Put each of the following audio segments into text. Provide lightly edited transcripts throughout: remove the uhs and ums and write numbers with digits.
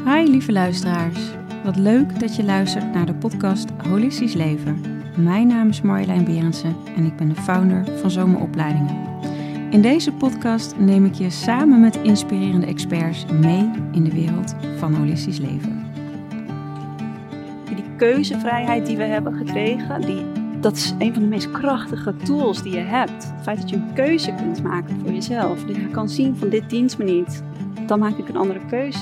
Hi lieve luisteraars, wat leuk dat je luistert naar de podcast Holistisch Leven. Mijn naam is Marjolein Berendsen en ik ben de founder van Zomeropleidingen. In deze podcast neem ik je samen met inspirerende experts mee in de wereld van holistisch leven. Die keuzevrijheid die we hebben gekregen, dat is een van de meest krachtige tools die je hebt. Het feit dat je een keuze kunt maken voor jezelf. Dat je kan zien van dit dient me niet, dan maak ik een andere keuze.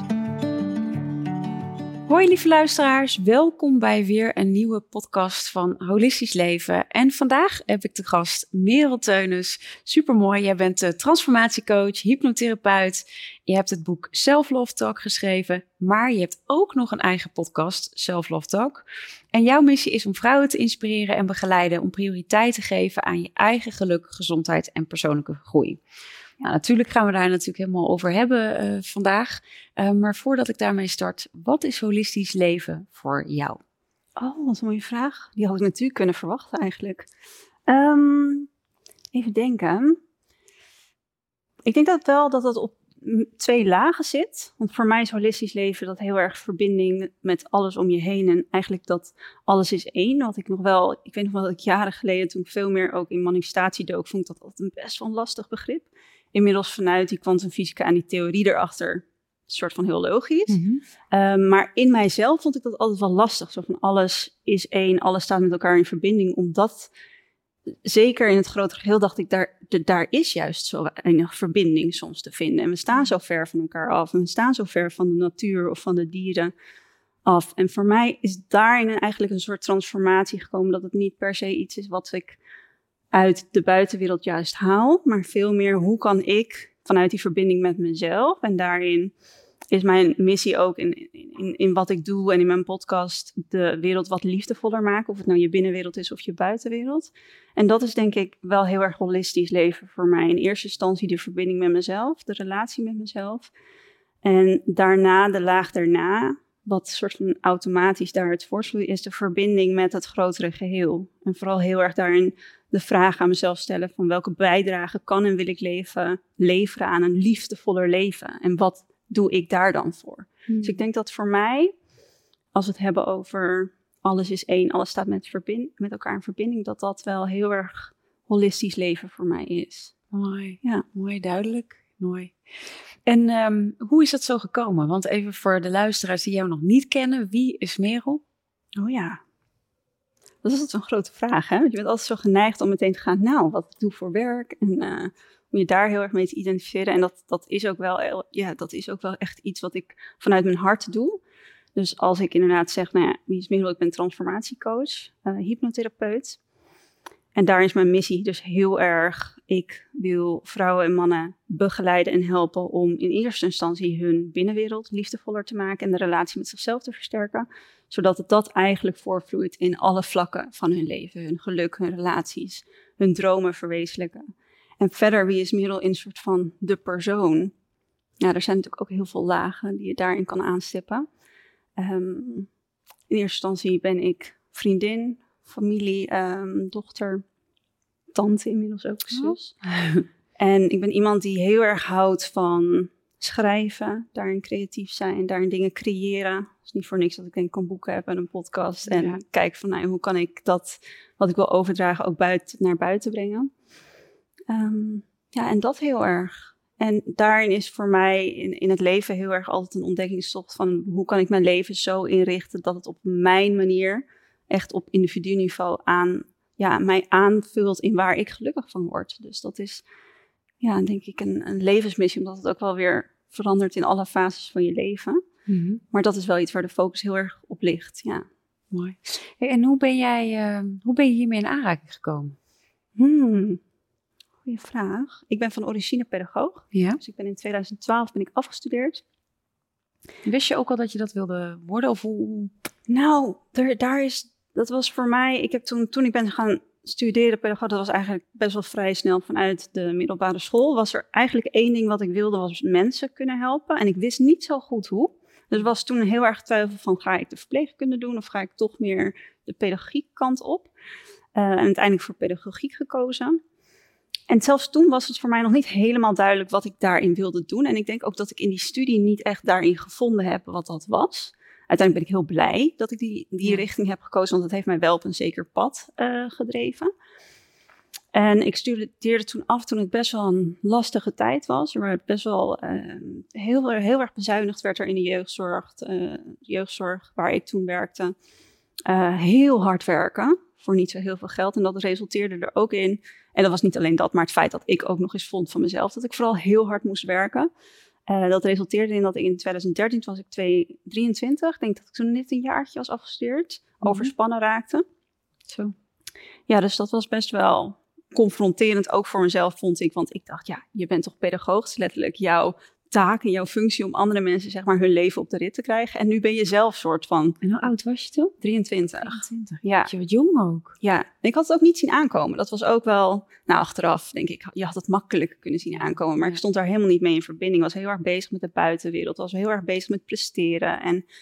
Hoi lieve luisteraars, welkom bij weer een nieuwe podcast van Holistisch Leven. En vandaag heb ik de gast Merel Teunis. Supermooi, jij bent transformatiecoach, hypnotherapeut. Je hebt het boek Self-Love Talk geschreven, maar je hebt ook nog een eigen podcast, Self-Love Talk. En jouw missie is om vrouwen te inspireren en begeleiden om prioriteit te geven aan je eigen geluk, gezondheid en persoonlijke groei. Ja, natuurlijk gaan we daar helemaal over hebben vandaag. Maar voordat ik daarmee start, wat is holistisch leven voor jou? Oh, wat een mooie vraag. Die had ik natuurlijk kunnen verwachten eigenlijk. Even denken. Ik denk dat het op 2 lagen zit. Want voor mij is holistisch leven dat heel erg verbinding met alles om je heen. En eigenlijk dat alles is één. Wat ik weet nog wel dat ik jaren geleden, toen ik veel meer ook in manifestatie dook, vond ik dat altijd best wel een lastig begrip. Inmiddels vanuit die kwantumfysica en die theorie erachter, een soort van heel logisch. Mm-hmm. Maar in mijzelf vond ik dat altijd wel lastig. Zo van alles is één, alles staat met elkaar in verbinding. Omdat, zeker in het grotere geheel, dacht ik, daar is juist zo weinig verbinding soms te vinden. En we staan zo ver van elkaar af. En we staan zo ver van de natuur of van de dieren af. En voor mij is daarin eigenlijk een soort transformatie gekomen. Dat het niet per se iets is wat ik uit de buitenwereld juist haal, maar veel meer hoe kan ik vanuit die verbinding met mezelf. En daarin is mijn missie ook in wat ik doe en in mijn podcast de wereld wat liefdevoller maken. Of het nou je binnenwereld is of je buitenwereld. En dat is denk ik wel heel erg holistisch leven voor mij. In eerste instantie de verbinding met mezelf, de relatie met mezelf. En daarna, de laag daarna, wat soort van automatisch daaruit voortvloeit, is de verbinding met het grotere geheel. En vooral heel erg daarin de vraag aan mezelf stellen van welke bijdrage kan en wil ik leveren aan een liefdevoller leven. En wat doe ik daar dan voor? Dus ik denk dat voor mij, als we het hebben over alles is één, alles staat met elkaar in verbinding, dat wel heel erg holistisch leven voor mij is. Mooi, ja. Mooi, duidelijk, mooi. En hoe is dat zo gekomen? Want even voor de luisteraars die jou nog niet kennen, wie is Merel? Oh ja, dat is altijd zo'n grote vraag, hè? Want je bent altijd zo geneigd om meteen te gaan, wat ik doe voor werk en om je daar heel erg mee te identificeren. En dat is ook wel echt iets wat ik vanuit mijn hart doe. Dus als ik inderdaad zeg, wie is Merel? Ik ben transformatiecoach, hypnotherapeut. En daar is mijn missie dus heel erg, ik wil vrouwen en mannen begeleiden en helpen om in eerste instantie hun binnenwereld liefdevoller te maken en de relatie met zichzelf te versterken. Zodat dat eigenlijk voortvloeit in alle vlakken van hun leven, hun geluk, hun relaties, hun dromen verwezenlijken. En verder, wie is Merel in een soort van de persoon? Ja, er zijn natuurlijk ook heel veel lagen die je daarin kan aanstippen. In eerste instantie ben ik vriendin, familie, dochter, tante inmiddels ook, zus. Oh. En ik ben iemand die heel erg houdt van schrijven, daarin creatief zijn, daarin dingen creëren. Het is niet voor niks dat ik denk kan boeken hebben en een podcast. En kijk van hoe kan ik dat wat ik wil overdragen ook naar buiten brengen. En dat heel erg. En daarin is voor mij in het leven heel erg altijd een ontdekkingstocht van hoe kan ik mijn leven zo inrichten dat het op mijn manier echt op individu-niveau mij aanvult in waar ik gelukkig van word. Dus dat is, denk ik, een levensmissie, omdat het ook wel weer verandert in alle fases van je leven. Mm-hmm. Maar dat is wel iets waar de focus heel erg op ligt, ja. Mooi. Hey, en hoe ben je hiermee in aanraking gekomen? Goeie vraag. Ik ben van origine pedagoog. Ja. Dus ik ben in 2012 afgestudeerd. Wist je ook al dat je dat wilde worden? Of hoe? Nou, dat was voor mij. Ik heb toen ik ben gaan studeren pedagoog, dat was eigenlijk best wel vrij snel vanuit de middelbare school. Was er eigenlijk 1 ding wat ik wilde, was mensen kunnen helpen. En ik wist niet zo goed hoe. Dus was toen heel erg twijfel van, ga ik de verpleegkunde doen of ga ik toch meer de pedagogiek kant op? En uiteindelijk voor pedagogiek gekozen. En zelfs toen was het voor mij nog niet helemaal duidelijk wat ik daarin wilde doen. En ik denk ook dat ik in die studie niet echt daarin gevonden heb wat dat was. Uiteindelijk ben ik heel blij dat ik die richting heb gekozen, want het heeft mij wel op een zeker pad gedreven. En ik studeerde toen af toen het best wel een lastige tijd was. Waar het best wel heel erg bezuinigd werd er in de jeugdzorg waar ik toen werkte. Heel hard werken voor niet zo heel veel geld. En dat resulteerde er ook in. En dat was niet alleen dat, maar het feit dat ik ook nog eens vond van mezelf dat ik vooral heel hard moest werken. Dat resulteerde in dat ik in 2013, toen was ik 23, ik denk dat ik toen net een jaartje was afgestudeerd, overspannen raakte. Zo. Ja, dus dat was best wel confronterend ook voor mezelf, vond ik. Want ik dacht, ja, je bent toch pedagoog, het is letterlijk jouw taak en jouw functie om andere mensen, zeg maar, hun leven op de rit te krijgen. En nu ben je zelf soort van... En hoe oud was je toen? 23. 23. Ja. Je wat jong ook. Ja, en ik had het ook niet zien aankomen. Dat was ook wel, nou achteraf denk ik, je had het makkelijker kunnen zien aankomen. Maar ik stond daar helemaal niet mee in verbinding. Ik was heel erg bezig met de buitenwereld. Was heel erg bezig met presteren.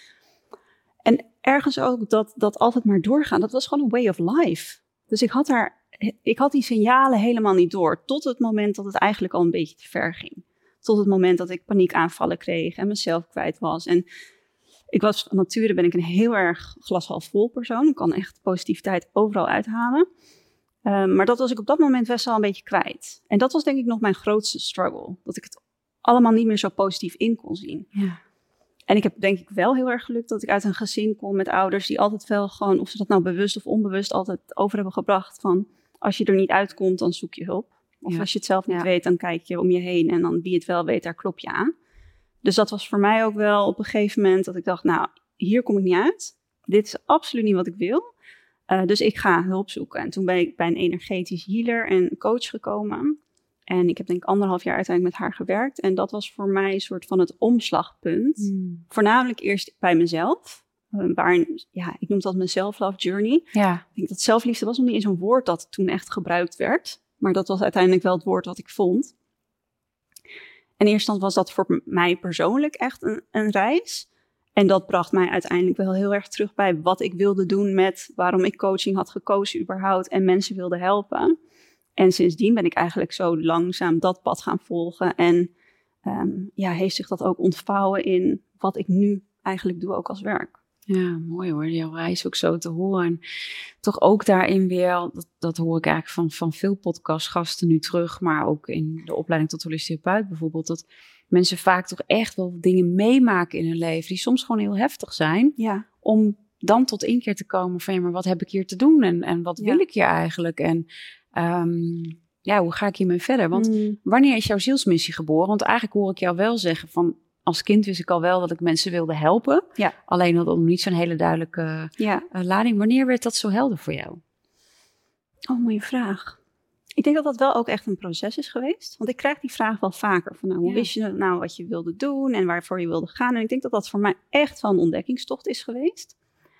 En ergens ook dat altijd maar doorgaan. Dat was gewoon een way of life. Dus ik had die signalen helemaal niet door. Tot het moment dat het eigenlijk al een beetje te ver ging. Tot het moment dat ik paniekaanvallen kreeg en mezelf kwijt was. En ik was van nature ben ik een heel erg glas half vol persoon. Ik kan echt positiviteit overal uithalen. Maar dat was ik op dat moment best wel een beetje kwijt. En dat was denk ik nog mijn grootste struggle. Dat ik het allemaal niet meer zo positief in kon zien. Ja. En ik heb denk ik wel heel erg geluk dat ik uit een gezin kom met ouders die altijd wel gewoon, of ze dat nou bewust of onbewust altijd over hebben gebracht van, als je er niet uitkomt, dan zoek je hulp. Of als je het zelf niet weet, dan kijk je om je heen en dan wie het wel weet, daar klop je aan. Dus dat was voor mij ook wel op een gegeven moment dat ik dacht, nou, hier kom ik niet uit. Dit is absoluut niet wat ik wil. Dus ik ga hulp zoeken. En toen ben ik bij een energetisch healer en coach gekomen. En ik heb denk ik 1,5 jaar uiteindelijk met haar gewerkt. En dat was voor mij een soort van het omslagpunt. Voornamelijk eerst bij mezelf. Waarin, ja, ik noem dat mijn self-love journey. Ja. Ik denk dat zelfliefde was nog niet eens een woord dat toen echt gebruikt werd. Maar dat was uiteindelijk wel het woord wat ik vond. En in eerste instantie was dat voor mij persoonlijk echt een reis. En dat bracht mij uiteindelijk wel heel erg terug bij wat ik wilde doen met waarom ik coaching had gekozen überhaupt en mensen wilde helpen. En sindsdien ben ik eigenlijk zo langzaam dat pad gaan volgen. En heeft zich dat ook ontvouwen in wat ik nu eigenlijk doe ook als werk. Ja, mooi hoor, jouw reis ook zo te horen. En toch ook daarin weer, dat hoor ik eigenlijk van veel podcastgasten nu terug, maar ook in de opleiding tot holistisch therapeut bijvoorbeeld, dat mensen vaak toch echt wel dingen meemaken in hun leven die soms gewoon heel heftig zijn. Ja. Om dan tot inkeer te komen van, ja, maar wat heb ik hier te doen en wat wil ik hier eigenlijk? En hoe ga ik hiermee verder? Want wanneer is jouw zielsmissie geboren? Want eigenlijk hoor ik jou wel zeggen van, als kind wist ik al wel dat ik mensen wilde helpen. Ja. Alleen had nog niet zo'n hele duidelijke lading. Wanneer werd dat zo helder voor jou? Oh, mooie vraag. Ik denk dat dat wel ook echt een proces is geweest. Want ik krijg die vraag wel vaker. Van, hoe wist je nou wat je wilde doen en waarvoor je wilde gaan? En ik denk dat dat voor mij echt wel een ontdekkingstocht is geweest.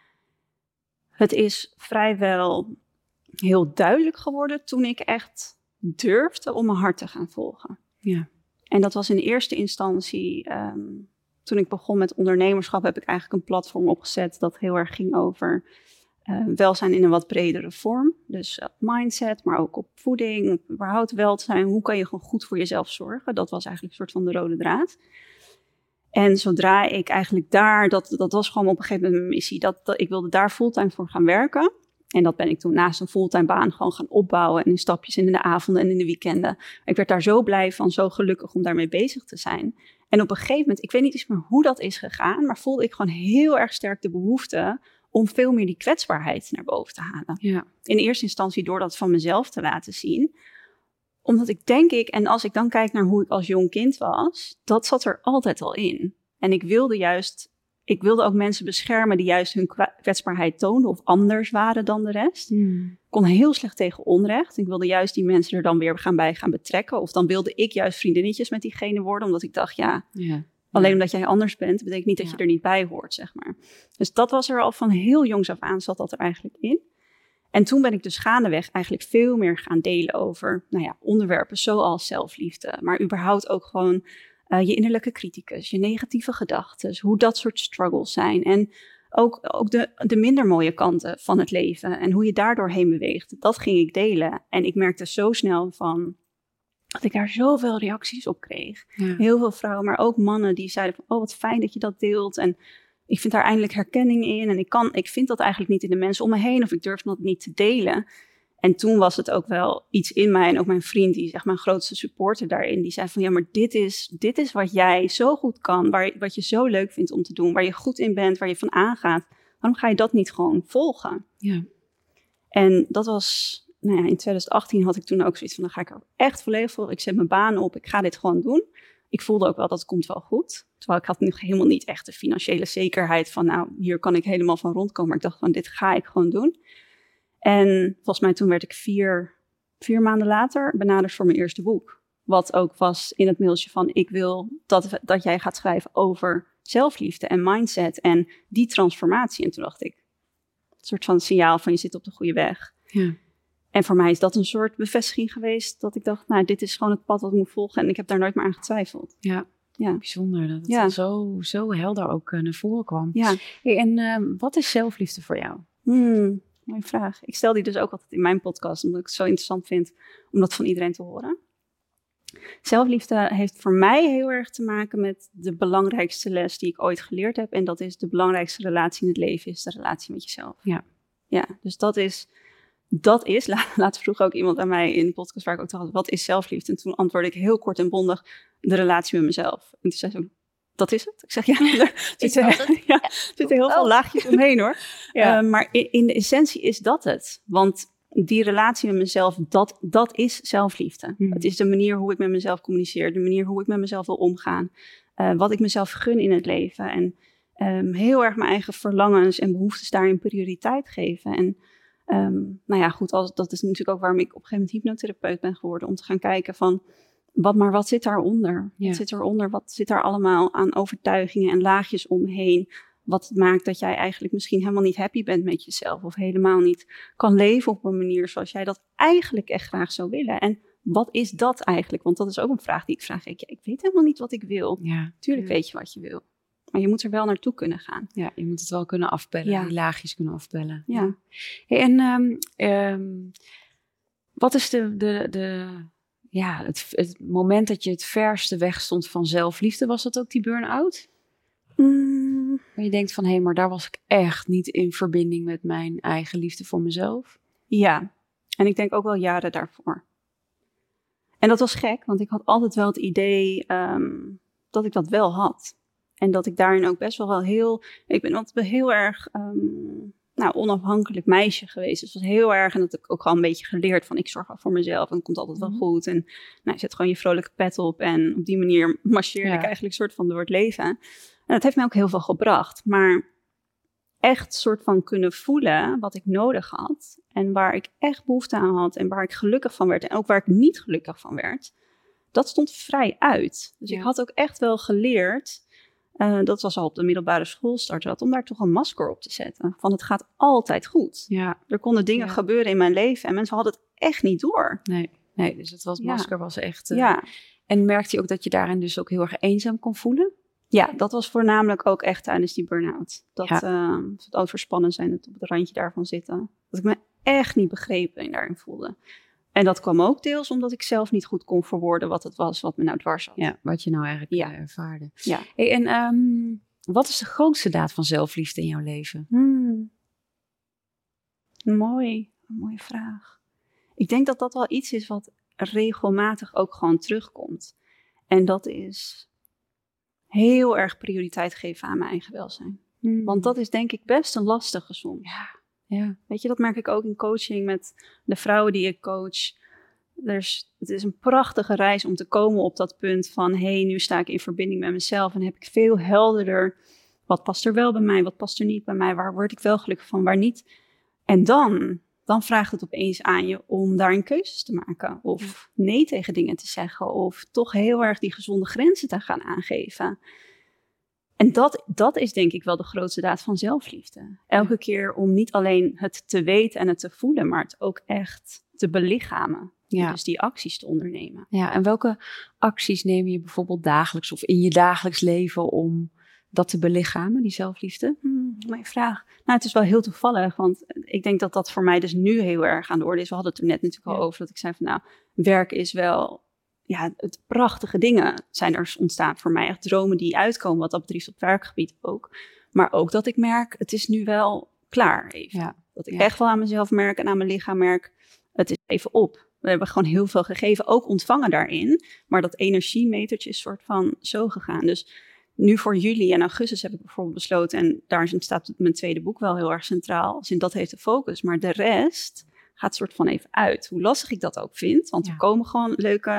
Het is vrijwel heel duidelijk geworden toen ik echt durfde om mijn hart te gaan volgen. Ja. En dat was in eerste instantie, toen ik begon met ondernemerschap, heb ik eigenlijk een platform opgezet dat heel erg ging over welzijn in een wat bredere vorm. Dus mindset, maar ook op voeding, op überhaupt welzijn. Hoe kan je gewoon goed voor jezelf zorgen? Dat was eigenlijk een soort van de rode draad. En zodra ik eigenlijk daar, dat was gewoon op een gegeven moment mijn missie, dat ik wilde daar fulltime voor gaan werken. En dat ben ik toen naast een fulltime baan gewoon gaan opbouwen en in stapjes en in de avonden en in de weekenden. Ik werd daar zo blij van, zo gelukkig om daarmee bezig te zijn. En op een gegeven moment, ik weet niet eens meer hoe dat is gegaan, maar voelde ik gewoon heel erg sterk de behoefte om veel meer die kwetsbaarheid naar boven te halen. Ja. In eerste instantie door dat van mezelf te laten zien. Omdat ik denk en als ik dan kijk naar hoe ik als jong kind was, dat zat er altijd al in. En ik wilde ook mensen beschermen die juist hun kwetsbaarheid toonden of anders waren dan de rest. Ik kon heel slecht tegen onrecht. Ik wilde juist die mensen er dan weer bij gaan betrekken. Of dan wilde ik juist vriendinnetjes met diegene worden, omdat ik dacht, alleen omdat jij anders bent, betekent niet dat je er niet bij hoort, zeg maar. Dus dat was er al van heel jongs af aan, zat dat er eigenlijk in. En toen ben ik dus gaandeweg eigenlijk veel meer gaan delen over onderwerpen zoals zelfliefde. Maar überhaupt ook gewoon je innerlijke criticus, je negatieve gedachten, hoe dat soort struggles zijn. En ook de minder mooie kanten van het leven en hoe je daardoorheen beweegt. Dat ging ik delen. En ik merkte zo snel van, dat ik daar zoveel reacties op kreeg. Ja. Heel veel vrouwen, maar ook mannen die zeiden van, oh wat fijn dat je dat deelt. En ik vind daar eindelijk herkenning in. En ik vind dat eigenlijk niet in de mensen om me heen. Of ik durf dat niet te delen. En toen was het ook wel iets in mij. En ook mijn vriend, die is echt mijn grootste supporter daarin. Die zei van, ja, maar dit is wat jij zo goed kan. Wat je zo leuk vindt om te doen. Waar je goed in bent, waar je van aangaat. Waarom ga je dat niet gewoon volgen? Ja. En dat was, in 2018 had ik toen ook zoiets van, dan ga ik er echt volledig voor. Ik zet mijn baan op, ik ga dit gewoon doen. Ik voelde ook wel, dat komt wel goed. Terwijl ik had nog helemaal niet echt de financiële zekerheid van, nou, hier kan ik helemaal van rondkomen. Maar ik dacht van, dit ga ik gewoon doen. En volgens mij toen werd ik 4 maanden later benaderd voor mijn eerste boek. Wat ook was in het mailtje van, ik wil dat jij gaat schrijven over zelfliefde en mindset en die transformatie. En toen dacht ik, een soort van signaal van je zit op de goede weg. Ja. En voor mij is dat een soort bevestiging geweest dat ik dacht, nou, dit is gewoon het pad wat ik moet volgen. En ik heb daar nooit meer aan getwijfeld. Ja. Ja. Bijzonder dat het zo helder ook naar voren kwam. Ja. Hey, en wat is zelfliefde voor jou? Mooie vraag. Ik stel die dus ook altijd in mijn podcast, omdat ik het zo interessant vind om dat van iedereen te horen. Zelfliefde heeft voor mij heel erg te maken met de belangrijkste les die ik ooit geleerd heb. En dat is de belangrijkste relatie in het leven, is de relatie met jezelf. Ja, dus dat is, laatst vroeg ook iemand aan mij in de podcast waar ik ook dacht, wat is zelfliefde? En toen antwoordde ik heel kort en bondig, de relatie met mezelf. En toen zei ze, dat is het? Ik zeg, ja, er zitten heel veel laagjes omheen hoor. Ja. Maar in de essentie is dat het. Want die relatie met mezelf, dat is zelfliefde. Het is de manier hoe ik met mezelf communiceer, de manier hoe ik met mezelf wil omgaan, wat ik mezelf gun in het leven. En heel erg mijn eigen verlangens en behoeftes daarin prioriteit geven. En goed, dat is natuurlijk ook waarom ik op een gegeven moment hypnotherapeut ben geworden, om te gaan kijken van, wat zit daaronder? Ja. Wat zit eronder? Wat zit daar allemaal aan overtuigingen en laagjes omheen? Wat maakt dat jij eigenlijk misschien helemaal niet happy bent met jezelf, of helemaal niet kan leven op een manier zoals jij dat eigenlijk echt graag zou willen. En wat is dat eigenlijk? Want dat is ook een vraag die ik vraag. Ik weet helemaal niet wat ik wil. Ja. Tuurlijk weet je wat je wil. Maar je moet er wel naartoe kunnen gaan. Ja, je moet het wel kunnen afbellen. Die laagjes kunnen afbellen. Ja. Hey, en wat is het moment dat je het verste weg stond van zelfliefde? Was dat ook die burn-out? Waar je denkt van, hé, maar daar was ik echt niet in verbinding met mijn eigen liefde voor mezelf. Ja, en ik denk ook wel jaren daarvoor. En dat was gek, want ik had altijd wel het idee dat ik dat wel had. En dat ik daarin ook best wel ik ben altijd heel erg onafhankelijk meisje geweest. Dus het was heel erg, en dat heb ik ook al een beetje geleerd van, ik zorg wel voor mezelf en het komt altijd wel goed. En je zet gewoon je vrolijke pet op en op die manier marcheerde ik eigenlijk soort van door het leven. En dat heeft mij ook heel veel gebracht. Maar echt soort van kunnen voelen wat ik nodig had. En waar ik echt behoefte aan had. En waar ik gelukkig van werd. En ook waar ik niet gelukkig van werd. Dat stond vrij uit. Dus ik had ook echt wel geleerd. Dat was al op de middelbare school startte. Om daar toch een masker op te zetten. Van het gaat altijd goed. Ja. Er konden dingen gebeuren in mijn leven. En mensen hadden het echt niet door. Nee, dus het masker was echt... Ja. En merkte je ook dat je daarin dus ook heel erg eenzaam kon voelen? Ja, dat was voornamelijk ook echt tijdens die burn-out. Dat het overspannen zijn, het op het randje daarvan zitten. Dat ik me echt niet begrepen en daarin voelde. En dat kwam ook deels omdat ik zelf niet goed kon verwoorden wat het was wat me nou dwars had. Ja, wat je nou eigenlijk ervaarde. Ja. Hey, en wat is de grootste daad van zelfliefde in jouw leven? Mooi, een mooie vraag. Ik denk dat dat wel iets is wat regelmatig ook gewoon terugkomt. En dat is heel erg prioriteit geven aan mijn eigen welzijn. Want dat is denk ik best een lastige soms. Ja. Weet je, dat merk ik ook in coaching met de vrouwen die ik coach. Het is een prachtige reis om te komen op dat punt van, nu sta ik in verbinding met mezelf en heb ik veel helderder, wat past er wel bij mij, wat past er niet bij mij, waar word ik wel gelukkig van, waar niet. En dan vraagt het opeens aan je om daarin keuzes te maken. Of nee tegen dingen te zeggen. Of toch heel erg die gezonde grenzen te gaan aangeven. En dat is denk ik wel de grootste daad van zelfliefde. Elke keer om niet alleen het te weten en het te voelen, maar het ook echt te belichamen. Ja. Dus die acties te ondernemen. Ja, en welke acties neem je bijvoorbeeld dagelijks of in je dagelijks leven om dat te belichamen, die zelfliefde? Mooie vraag. Nou, het is wel heel toevallig, want ik denk dat dat voor mij dus nu heel erg aan de orde is. We hadden het er net natuurlijk al over, dat ik zei van werk is wel het prachtige dingen zijn er ontstaan voor mij. Echt dromen die uitkomen wat dat betreft op werkgebied ook. Maar ook dat ik merk, het is nu wel klaar even. Ja. Dat ik echt wel aan mezelf merk en aan mijn lichaam merk, het is even op. We hebben gewoon heel veel gegeven, ook ontvangen daarin. Maar dat energiemetertje is soort van zo gegaan. Dus nu voor juli en augustus heb ik bijvoorbeeld besloten, en daar staat mijn tweede boek wel heel erg centraal. Dus dat heeft de focus. Maar de rest gaat soort van even uit. Hoe lastig ik dat ook vind. Want er komen gewoon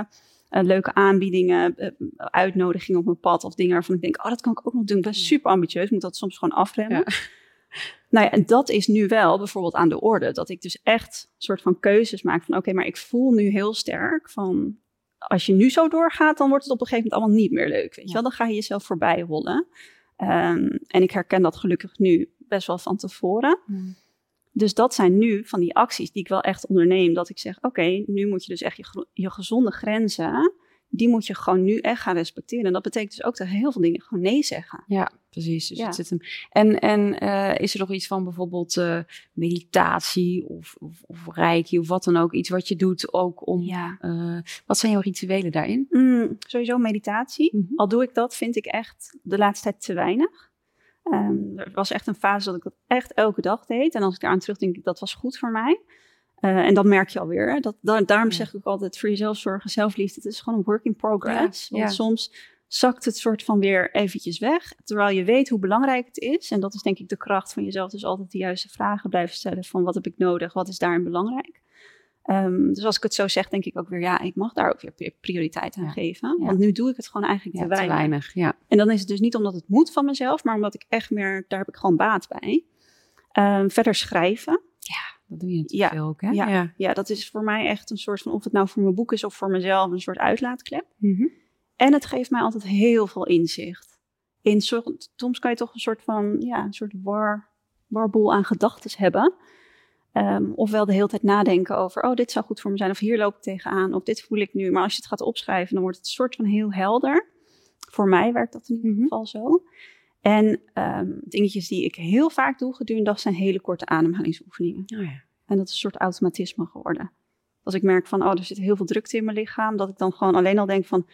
leuke aanbiedingen, uitnodigingen op mijn pad. Of dingen waarvan ik denk, dat kan ik ook nog doen. Ik ben super ambitieus, moet dat soms gewoon afremmen. Ja. Nou ja, en dat is nu wel bijvoorbeeld aan de orde. Dat ik dus echt een soort van keuzes maak van oké, maar ik voel nu heel sterk van als je nu zo doorgaat, dan wordt het op een gegeven moment allemaal niet meer leuk. Weet je wel? Dan ga je jezelf voorbij rollen. En ik herken dat gelukkig nu best wel van tevoren. Dus dat zijn nu van die acties die ik wel echt onderneem. Dat ik zeg, oké, nu moet je dus echt je gezonde grenzen, die moet je gewoon nu echt gaan respecteren. En dat betekent dus ook dat heel veel dingen gewoon nee zeggen. Ja, precies. Dus het zit hem. En is er nog iets van bijvoorbeeld meditatie of reiki of wat dan ook? Iets wat je doet ook om... wat zijn jouw rituelen daarin? Sowieso meditatie. Al doe ik dat, vind ik echt de laatste tijd te weinig. Er was echt een fase dat ik dat echt elke dag deed. En als ik daaraan terugdenk, dat was goed voor mij. En dat merk je alweer. Daarom zeg ik ook altijd, voor jezelf zorgen, zelfliefde, het is gewoon een work in progress. Want soms zakt het soort van weer eventjes weg. Terwijl je weet hoe belangrijk het is. En dat is denk ik de kracht van jezelf. Dus altijd de juiste vragen blijven stellen van wat heb ik nodig? Wat is daarin belangrijk? Dus als ik het zo zeg, denk ik ook weer, ik mag daar ook weer prioriteit aan geven. Want nu doe ik het gewoon eigenlijk te weinig. En dan is het dus niet omdat het moet van mezelf, maar omdat ik echt merk, daar heb ik gewoon baat bij. Verder schrijven. Ja, dat doe je natuurlijk veel ook, hè? Ja, dat is voor mij echt een soort van, of het nou voor mijn boek is of voor mezelf, een soort uitlaatklep. En het geeft mij altijd heel veel inzicht. Soms kan je toch een soort van, een soort warboel aan gedachten hebben. Ofwel de hele tijd nadenken over, dit zou goed voor me zijn, of hier loop ik tegenaan, of dit voel ik nu. Maar als je het gaat opschrijven, dan wordt het een soort van heel helder. Voor mij werkt dat in ieder geval zo. En dingetjes die ik heel vaak doe gedurende de dag zijn hele korte ademhalingsoefeningen. En dat is een soort automatisme geworden. Als ik merk van, er zit heel veel drukte in mijn lichaam, dat ik dan gewoon alleen al denk van,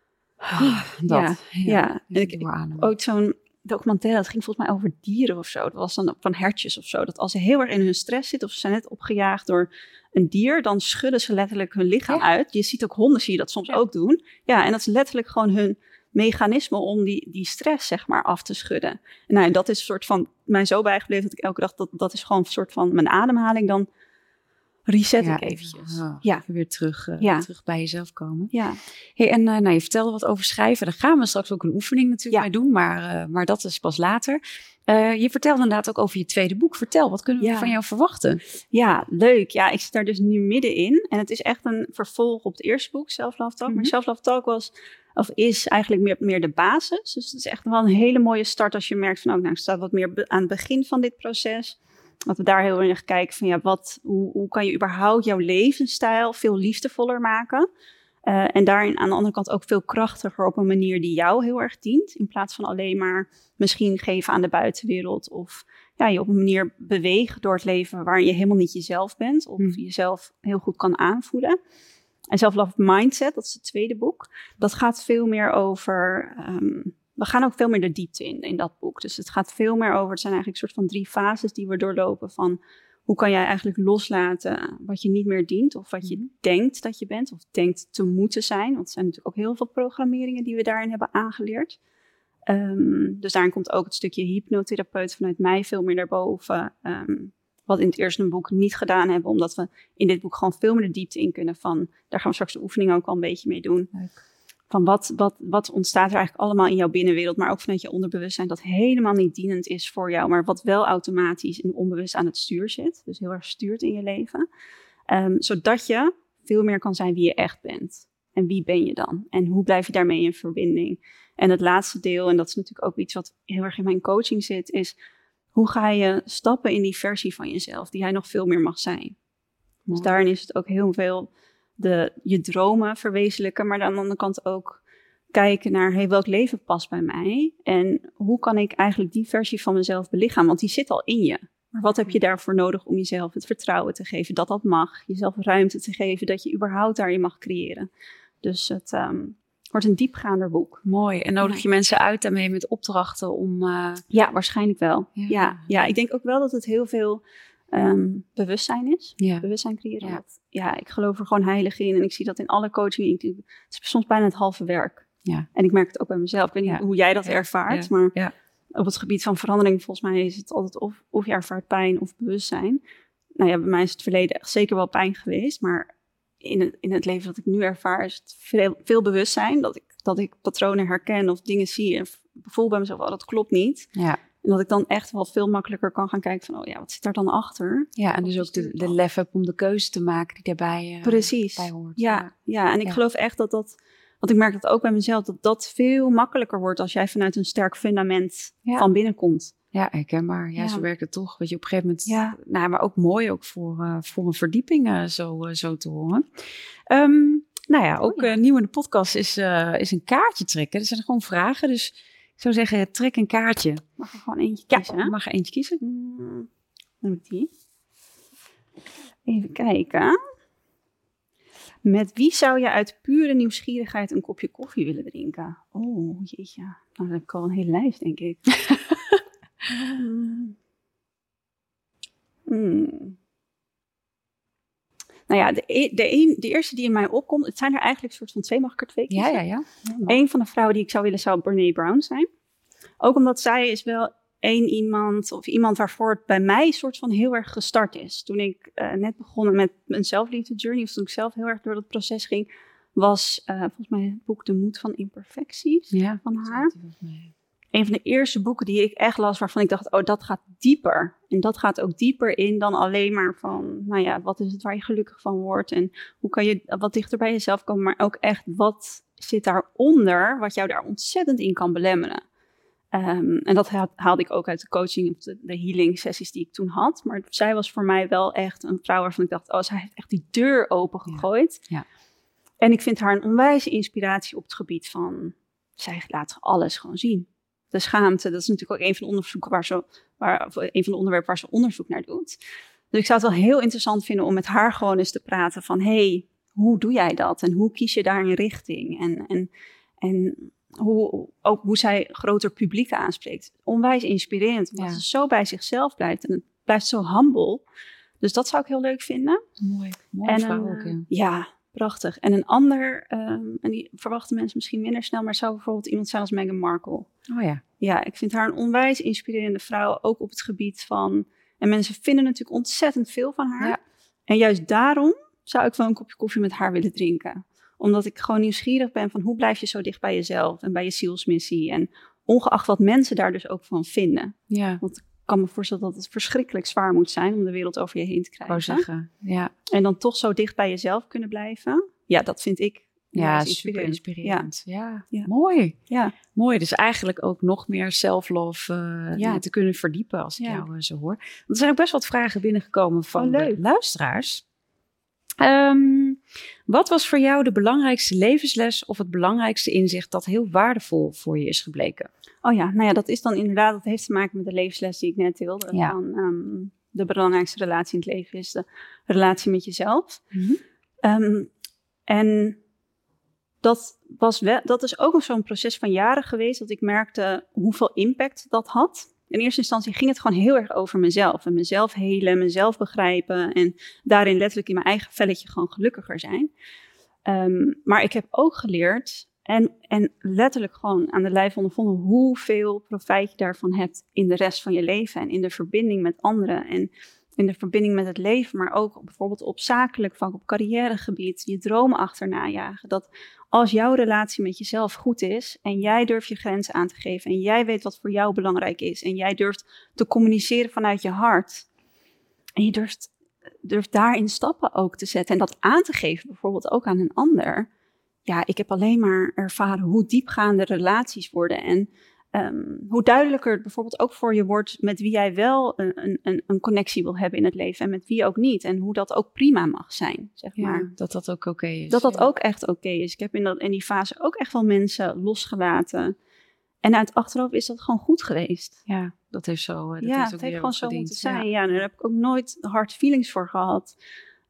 En ik ooit zo'n documentaire, dat ging volgens mij over dieren of zo. Dat was dan van hertjes of zo. Dat als ze heel erg in hun stress zitten of ze zijn net opgejaagd door een dier, dan schudden ze letterlijk hun lichaam uit. Je ziet ook honden, zie je dat soms ook doen. Ja, en dat is letterlijk gewoon hun mechanisme om die stress, zeg maar, af te schudden. En dat is een soort van mij zo bijgebleven dat ik elke dag, dat is gewoon een soort van mijn ademhaling, dan reset ik eventjes. Even weer terug bij jezelf komen. Ja. Hey, en je vertelde wat over schrijven. Daar gaan we straks ook een oefening natuurlijk bij doen, maar dat is pas later. Je vertelde inderdaad ook over je tweede boek. Vertel, wat kunnen we van jou verwachten? Ja, leuk. Ja, ik zit daar dus nu middenin. En het is echt een vervolg op het eerste boek, Self Love Talk. Maar Self Love Talk is eigenlijk meer de basis. Dus het is echt wel een hele mooie start als je merkt van, ik sta wat meer aan het begin van dit proces. Dat we daar heel erg kijken van, hoe kan je überhaupt jouw levensstijl veel liefdevoller maken? En daarin aan de andere kant ook veel krachtiger op een manier die jou heel erg dient. In plaats van alleen maar misschien geven aan de buitenwereld. Of je op een manier bewegen door het leven waar je helemaal niet jezelf bent. Of jezelf heel goed kan aanvoelen. En Self Love Mindset, dat is het tweede boek. Dat gaat veel meer over... we gaan ook veel meer de diepte in dat boek. Dus het gaat veel meer over... Het zijn eigenlijk een soort van 3 fases die we doorlopen van... Hoe kan jij eigenlijk loslaten wat je niet meer dient? Of wat je denkt dat je bent? Of denkt te moeten zijn? Want er zijn natuurlijk ook heel veel programmeringen die we daarin hebben aangeleerd. Dus daarin komt ook het stukje hypnotherapeut vanuit mij veel meer naar boven. Wat in het eerste boek niet gedaan hebben. Omdat we in dit boek gewoon veel meer de diepte in kunnen van... Daar gaan we straks de oefening ook al een beetje mee doen. Leuk. Van wat ontstaat er eigenlijk allemaal in jouw binnenwereld, maar ook vanuit je onderbewustzijn, dat helemaal niet dienend is voor jou, maar wat wel automatisch en onbewust aan het stuur zit. Dus heel erg stuurt in je leven. Zodat je veel meer kan zijn wie je echt bent. En wie ben je dan? En hoe blijf je daarmee in verbinding? En het laatste deel, en dat is natuurlijk ook iets wat heel erg in mijn coaching zit, is hoe ga je stappen in die versie van jezelf, die jij nog veel meer mag zijn. Dus daarin is het ook heel veel... je dromen verwezenlijken, maar aan de andere kant ook kijken naar welk leven past bij mij en hoe kan ik eigenlijk die versie van mezelf belichamen, want die zit al in je. Maar wat heb je daarvoor nodig om jezelf het vertrouwen te geven dat mag, jezelf ruimte te geven dat je überhaupt daarin mag creëren. Dus het wordt een diepgaander boek. Mooi. En nodig je mensen uit daarmee met opdrachten om... Ja, waarschijnlijk wel. Ja. Ja, ik denk ook wel dat het heel veel bewustzijn is. Ja. Bewustzijn creëren. Ja. Ja, ik geloof er gewoon heilig in. En ik zie dat in alle coaching. Het is soms bijna het halve werk. Ja. En ik merk het ook bij mezelf. Ik weet niet hoe jij dat ervaart. Ja. Maar op het gebied van verandering, volgens mij is het altijd of je ervaart pijn of bewustzijn. Nou ja, bij mij is het verleden echt zeker wel pijn geweest. Maar in het leven dat ik nu ervaar is het veel bewustzijn. Dat ik patronen herken of dingen zie en voel bij mezelf, dat klopt niet. Ja. En dat ik dan echt wel veel makkelijker kan gaan kijken van, wat zit daar dan achter? Ja, en dus ook de lef heb om de keuze te maken die daarbij bij hoort. Ja, en ik geloof echt dat, want ik merk dat ook bij mezelf, dat veel makkelijker wordt als jij vanuit een sterk fundament van binnen komt. Ja, herkenbaar. Ja, zo werkt het toch. Weet je, op een gegeven moment... Nou, maar ook mooi ook voor een verdieping zo te horen. Nou ja, ook nieuw in de podcast is een kaartje trekken. Dat zijn gewoon vragen. Dus ik zou zeggen, trek een kaartje. Mag er gewoon eentje kiezen? Ja, mag er eentje kiezen. Dan heb ik die. Even kijken. Met wie zou je uit pure nieuwsgierigheid een kopje koffie willen drinken? Oh, jeetje. Nou, dan heb ik al een hele lijst, denk ik. Nou ja, de eerste die in mij opkomt, het zijn er eigenlijk een soort van 2, mag ik er 2 kiezen? Ja. Eén van de vrouwen die ik zou willen, zou Brené Brown zijn. Ook omdat zij is wel iemand waarvoor het bij mij een soort van heel erg gestart is. Toen ik net begonnen met mijn zelfliefde journey, of toen ik zelf heel erg door dat proces ging, was volgens mij het boek De Moed van Imperfecties van haar. Een van de eerste boeken die ik echt las, waarvan ik dacht, dat gaat dieper. En dat gaat ook dieper in dan alleen maar van, wat is het waar je gelukkig van wordt? En hoe kan je wat dichter bij jezelf komen? Maar ook echt, wat zit daaronder, wat jou daar ontzettend in kan belemmeren? En dat haalde ik ook uit de coaching of de healing sessies die ik toen had. Maar zij was voor mij wel echt een vrouw waarvan ik dacht, zij heeft echt die deur open gegooid. Ja. En ik vind haar een onwijze inspiratie op het gebied van, zij laat alles gewoon zien. De schaamte, dat is natuurlijk ook een van de onderzoeken een van de onderwerpen waar ze onderzoek naar doet. Dus ik zou het wel heel interessant vinden om met haar gewoon eens te praten van, hoe doe jij dat? En hoe kies je daar een richting? En hoe zij groter publiek aanspreekt. Onwijs inspirerend, omdat ze zo bij zichzelf blijft. En het blijft zo humble. Dus dat zou ik heel leuk vinden. Mooi vrouw ook. Ja, prachtig. En een ander, en die verwachten mensen misschien minder snel, maar zou bijvoorbeeld iemand zijn als Meghan Markle. Oh ja. Ja, ik vind haar een onwijs inspirerende vrouw, ook op het gebied van, en mensen vinden natuurlijk ontzettend veel van haar. Ja. En juist daarom zou ik wel een kopje koffie met haar willen drinken. Omdat ik gewoon nieuwsgierig ben van, hoe blijf je zo dicht bij jezelf en bij je zielsmissie. En ongeacht wat mensen daar dus ook van vinden. Ja. Want ik kan me voorstellen dat het verschrikkelijk zwaar moet zijn om de wereld over je heen te krijgen. Ik wou zeggen, ja. En dan toch zo dicht bij jezelf kunnen blijven. Ja, dat vind ik super inspirerend. Ja. Mooi. Ja. Mooi, dus eigenlijk ook nog meer self-love te kunnen verdiepen als ik jou zo hoor. Want er zijn ook best wat vragen binnengekomen van de luisteraars. Wat was voor jou de belangrijkste levensles of het belangrijkste inzicht dat heel waardevol voor je is gebleken? Oh ja, nou ja, dat is dan inderdaad, dat heeft te maken met de levensles die ik net deelde. Ja. Van, de belangrijkste relatie in het leven is de relatie met jezelf. Mm-hmm. En dat is ook zo'n proces van jaren geweest, dat ik merkte hoeveel impact dat had. In eerste instantie ging het gewoon heel erg over mezelf. En mezelf helen, mezelf begrijpen. En daarin letterlijk in mijn eigen velletje gewoon gelukkiger zijn. Maar ik heb ook geleerd en letterlijk gewoon aan de lijf ondervonden hoeveel profijt je daarvan hebt in de rest van je leven. En in de verbinding met anderen en in de verbinding met het leven. Maar ook bijvoorbeeld op zakelijk vlak, op carrièregebied, je dromen achterna jagen. Dat als jouw relatie met jezelf goed is en jij durft je grenzen aan te geven en jij weet wat voor jou belangrijk is en jij durft te communiceren vanuit je hart en je durft daarin stappen ook te zetten en dat aan te geven bijvoorbeeld ook aan een ander. Ja, ik heb alleen maar ervaren hoe diepgaande relaties worden en hoe duidelijker het bijvoorbeeld ook voor je wordt met wie jij wel een connectie wil hebben in het leven en met wie ook niet. En hoe dat ook prima mag zijn, zeg maar. Dat dat ook oké is. Dat ook echt oké is. Ik heb in die fase ook echt wel mensen losgelaten. En uit achterhoofd is dat gewoon goed geweest. Ja, dat heeft zo. Het heeft gewoon zo moeten zijn. Ja, daar heb ik ook nooit hard feelings voor gehad.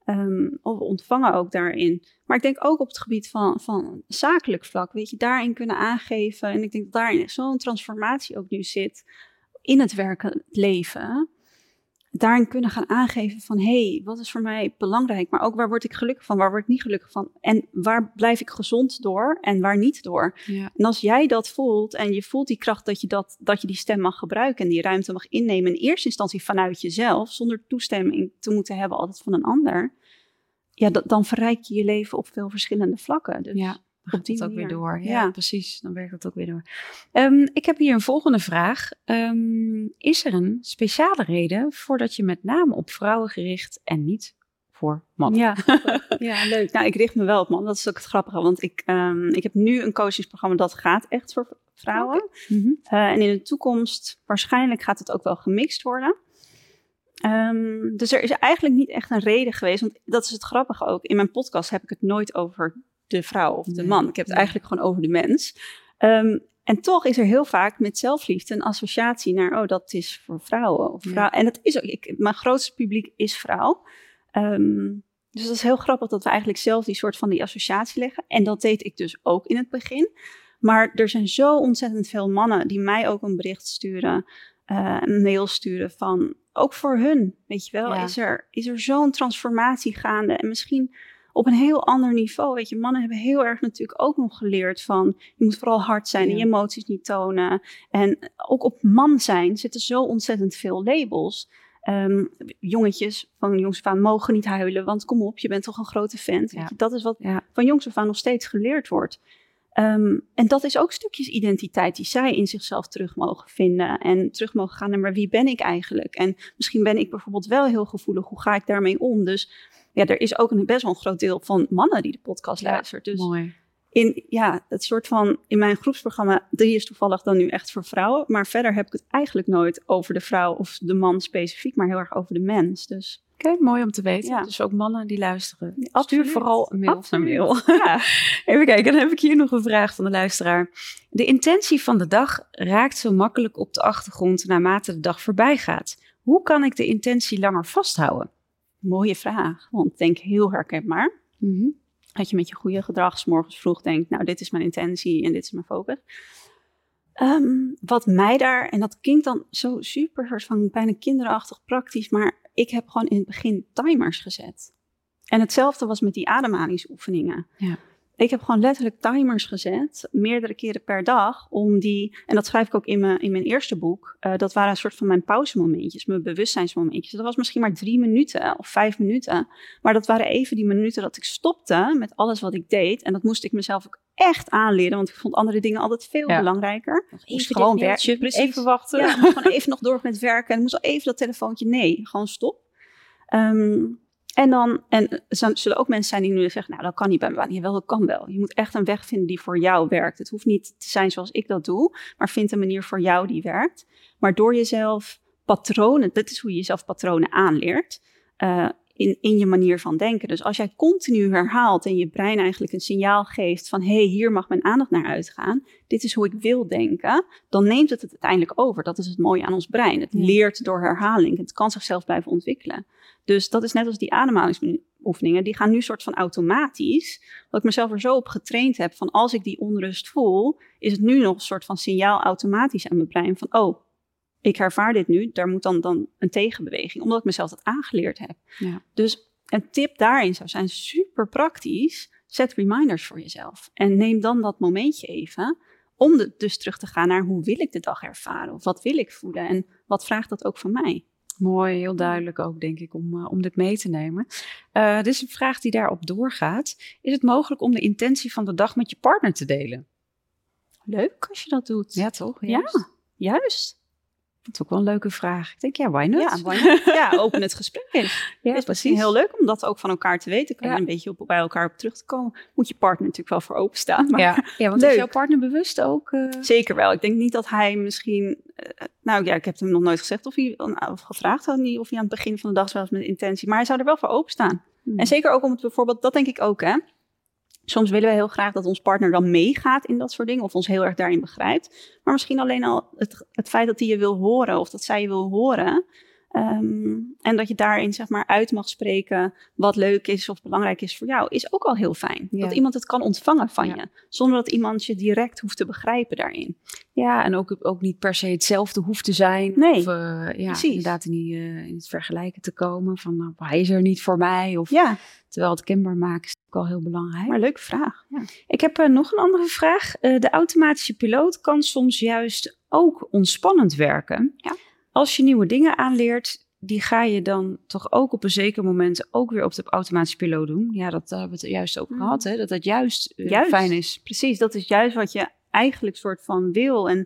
Of ontvangen ook daarin. Maar ik denk ook op het gebied van zakelijk vlak, weet je, daarin kunnen aangeven. En ik denk dat daarin zo'n transformatie ook nu zit in het werken, het leven. Daarin kunnen gaan aangeven van, wat is voor mij belangrijk? Maar ook waar word ik gelukkig van, waar word ik niet gelukkig van? En waar blijf ik gezond door en waar niet door? Ja. En als jij dat voelt en je voelt die kracht dat je die stem mag gebruiken en die ruimte mag innemen, in eerste instantie vanuit jezelf, zonder toestemming te moeten hebben altijd van een ander, ja, dan verrijk je je leven op veel verschillende vlakken. Dus ja. op die dat manier. ook weer door. Ja, precies. Dan werkt dat ook weer door. Ik heb hier een volgende vraag. Is er een speciale reden voordat je met name op vrouwen gericht en niet voor mannen? Ja, leuk. Nou, ik richt me wel op mannen. Dat is ook het grappige. Want ik heb nu een coachingsprogramma dat gaat echt voor vrouwen. Okay. En in de toekomst waarschijnlijk gaat het ook wel gemixt worden. Dus er is eigenlijk niet echt een reden geweest. Want dat is het grappige ook. In mijn podcast heb ik het nooit over de vrouw of de man. Ik heb het eigenlijk gewoon over de mens. En toch is er heel vaak met zelfliefde een associatie naar, dat is voor vrouwen. Of vrouw. En dat is ook, mijn grootste publiek is vrouw. Dus dat is heel grappig dat we eigenlijk zelf die soort van die associatie leggen. En dat deed ik dus ook in het begin. Maar er zijn zo ontzettend veel mannen die mij ook een bericht sturen, een mail sturen van, ook voor hun, weet je wel, is er zo'n transformatie gaande. En misschien op een heel ander niveau, weet je, mannen hebben heel erg natuurlijk ook nog geleerd van, je moet vooral hard zijn en je emoties niet tonen. En ook op man zijn zitten zo ontzettend veel labels. Jongetjes van jongs af aan mogen niet huilen, want kom op, je bent toch een grote vent. Weet je, dat is wat van jongs af aan nog steeds geleerd wordt. En dat is ook stukjes identiteit die zij in zichzelf terug mogen vinden en terug mogen gaan naar, maar wie ben ik eigenlijk? En misschien ben ik bijvoorbeeld wel heel gevoelig, hoe ga ik daarmee om? Dus ja, er is ook best wel een groot deel van mannen die de podcast luistert. Dus mooi. Het soort van, in mijn groepsprogramma, die is toevallig dan nu echt voor vrouwen, maar verder heb ik het eigenlijk nooit over de vrouw of de man specifiek, maar heel erg over de mens. Dus Oké, mooi om te weten. Ja. Dus ook mannen die luisteren. Absoluut. Stuur vooral een mail naar mail. Ja. Even kijken, dan heb ik hier nog een vraag van de luisteraar. De intentie van de dag raakt zo makkelijk op de achtergrond naarmate de dag voorbij gaat. Hoe kan ik de intentie langer vasthouden? Mooie vraag, want ik denk heel herkenbaar. Dat je met je goede gedrag 's morgens vroeg denkt, nou, dit is mijn intentie en dit is mijn focus. Wat mij daar, en dat klinkt dan zo super, soort van bijna kinderachtig praktisch, maar ik heb gewoon in het begin timers gezet. En hetzelfde was met die ademhalingsoefeningen. Ja. Ik heb gewoon letterlijk timers gezet, meerdere keren per dag, om die, en dat schrijf ik ook in mijn eerste boek, dat waren een soort van mijn pauzemomentjes, mijn bewustzijnsmomentjes. Dat was misschien maar 3 minuten of 5 minuten, maar dat waren even die minuten dat ik stopte met alles wat ik deed. En dat moest ik mezelf ook echt aanleren, want ik vond andere dingen altijd veel belangrijker. Even gewoon werken, even wachten. Ja, gewoon even nog door met werken en moest al even dat telefoontje, nee, gewoon stop. En er zullen ook mensen zijn die nu zeggen, nou, dat kan niet bij me. Jawel, dat kan wel. Je moet echt een weg vinden die voor jou werkt. Het hoeft niet te zijn zoals ik dat doe, maar vind een manier voor jou die werkt. Maar door jezelf patronen, dat is hoe je jezelf patronen aanleert, in je manier van denken. Dus als jij continu herhaalt en je brein eigenlijk een signaal geeft van, hier mag mijn aandacht naar uitgaan, dit is hoe ik wil denken, dan neemt het uiteindelijk over. Dat is het mooie aan ons brein. Het leert door herhaling. Het kan zichzelf blijven ontwikkelen. Dus dat is net als die ademhalingsoefeningen, die gaan nu soort van automatisch, dat ik mezelf er zo op getraind heb van, als ik die onrust voel, is het nu nog een soort van signaal automatisch aan mijn brein van, ik ervaar dit nu, daar moet dan een tegenbeweging, omdat ik mezelf dat aangeleerd heb. Ja. Dus een tip daarin zou zijn, super praktisch, zet reminders voor jezelf. En neem dan dat momentje even, om dus terug te gaan naar, hoe wil ik de dag ervaren? Of wat wil ik voelen? En wat vraagt dat ook van mij? Mooi, heel duidelijk ook, denk ik, om dit mee te nemen. Dit is een vraag die daarop doorgaat. Is het mogelijk om de intentie van de dag met je partner te delen? Leuk als je dat doet. Ja, toch? Ja, juist. Dat is ook wel een leuke vraag. Ik denk, why not? Ja, why not? Ja, open het gesprek eens. Ja, het is precies. Heel leuk om dat ook van elkaar te weten. Kan je een beetje bij elkaar op terug te komen. Moet je partner natuurlijk wel voor openstaan. Maar want is jouw partner bewust ook? Zeker wel. Ik denk niet dat hij misschien... ik heb hem nog nooit gezegd of gevraagd of hij aan het begin van de dag zelfs met intentie. Maar hij zou er wel voor openstaan. En zeker ook om het bijvoorbeeld, dat denk ik ook, hè. Soms willen we heel graag dat ons partner dan meegaat in dat soort dingen, of ons heel erg daarin begrijpt. Maar misschien alleen al het feit dat hij je wil horen, of dat zij je wil horen, En dat je daarin zeg maar uit mag spreken wat leuk is of belangrijk is voor jou, is ook al heel fijn. Ja. Dat iemand het kan ontvangen van je, zonder dat iemand je direct hoeft te begrijpen daarin. Ja, en ook niet per se hetzelfde hoeft te zijn. Nee, of inderdaad in het vergelijken te komen van nou, hij is er niet voor mij. Of, terwijl het kenbaar maken is ook al heel belangrijk. Maar leuke vraag. Ja. Ik heb nog een andere vraag. De automatische piloot kan soms juist ook ontspannend werken. Ja. Als je nieuwe dingen aanleert, die ga je dan toch ook op een zeker moment ook weer op de automatische piloot doen. Ja, dat hebben we het juist ook gehad, hè? Dat het juist fijn is. Precies, dat is juist wat je eigenlijk soort van wil. En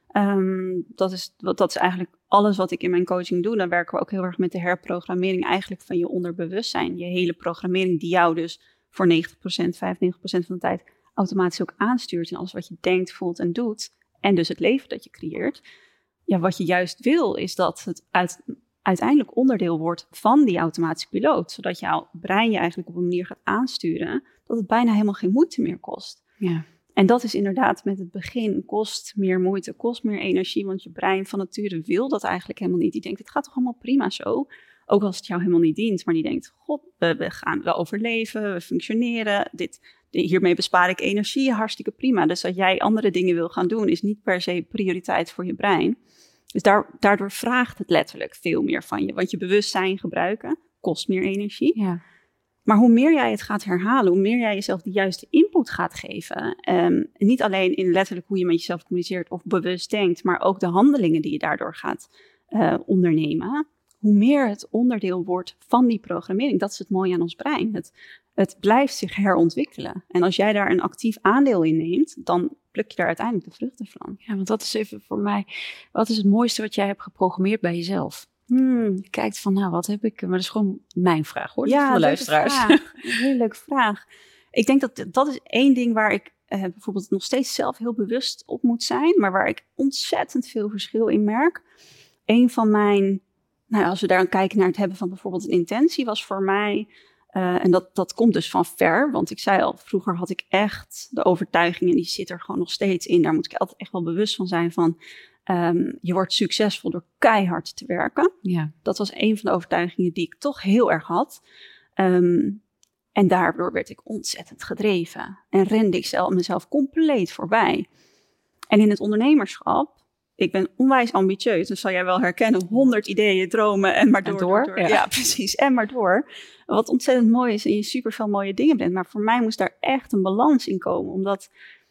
dat is eigenlijk alles wat ik in mijn coaching doe. Dan werken we ook heel erg met de herprogrammering eigenlijk van je onderbewustzijn. Je hele programmering die jou dus voor 90%, 95% van de tijd automatisch ook aanstuurt in alles wat je denkt, voelt en doet. En dus het leven dat je creëert. Ja, wat je juist wil is dat het uiteindelijk onderdeel wordt van die automatische piloot. Zodat jouw brein je eigenlijk op een manier gaat aansturen dat het bijna helemaal geen moeite meer kost. Ja. En dat is inderdaad met het begin, kost meer moeite, kost meer energie. Want je brein van nature wil dat eigenlijk helemaal niet. Die denkt, het gaat toch allemaal prima zo. Ook als het jou helemaal niet dient. Maar die denkt, god, we overleven, we functioneren. Hiermee bespaar ik energie, hartstikke prima. Dus dat jij andere dingen wil gaan doen, is niet per se prioriteit voor je brein. Dus daardoor vraagt het letterlijk veel meer van je. Want je bewustzijn gebruiken kost meer energie. Ja. Maar hoe meer jij het gaat herhalen, hoe meer jij jezelf de juiste input gaat geven. Niet alleen in letterlijk hoe je met jezelf communiceert of bewust denkt, maar ook de handelingen die je daardoor gaat ondernemen. Hoe meer het onderdeel wordt van die programmering. Dat is het mooie aan ons brein. Het blijft zich herontwikkelen. En als jij daar een actief aandeel in neemt, dan pluk je daar uiteindelijk de vruchten van. Ja, want dat is even voor mij, wat is het mooiste wat jij hebt geprogrammeerd bij jezelf? Je kijkt van, nou, wat heb ik? Maar dat is gewoon mijn vraag, hoor. Ja, van de luisteraars. Een hele leuke vraag. Ik denk dat is één ding waar ik bijvoorbeeld nog steeds zelf heel bewust op moet zijn, maar waar ik ontzettend veel verschil in merk. Een van mijn, als we daar kijken naar het hebben van bijvoorbeeld een intentie, was voor mij, en dat komt dus van ver, want ik zei al, vroeger had ik echt de overtuiging, en die zit er gewoon nog steeds in, daar moet ik altijd echt wel bewust van zijn van, je wordt succesvol door keihard te werken. Ja. Dat was een van de overtuigingen die ik toch heel erg had. En daardoor werd ik ontzettend gedreven. En rende ik mezelf compleet voorbij. En in het ondernemerschap, ik ben onwijs ambitieus. Dat zal jij wel herkennen. 100 ideeën, dromen en maar door. Ja, precies. En maar door. Wat ontzettend mooi is en je super veel mooie dingen bent. Maar voor mij moest daar echt een balans in komen. Omdat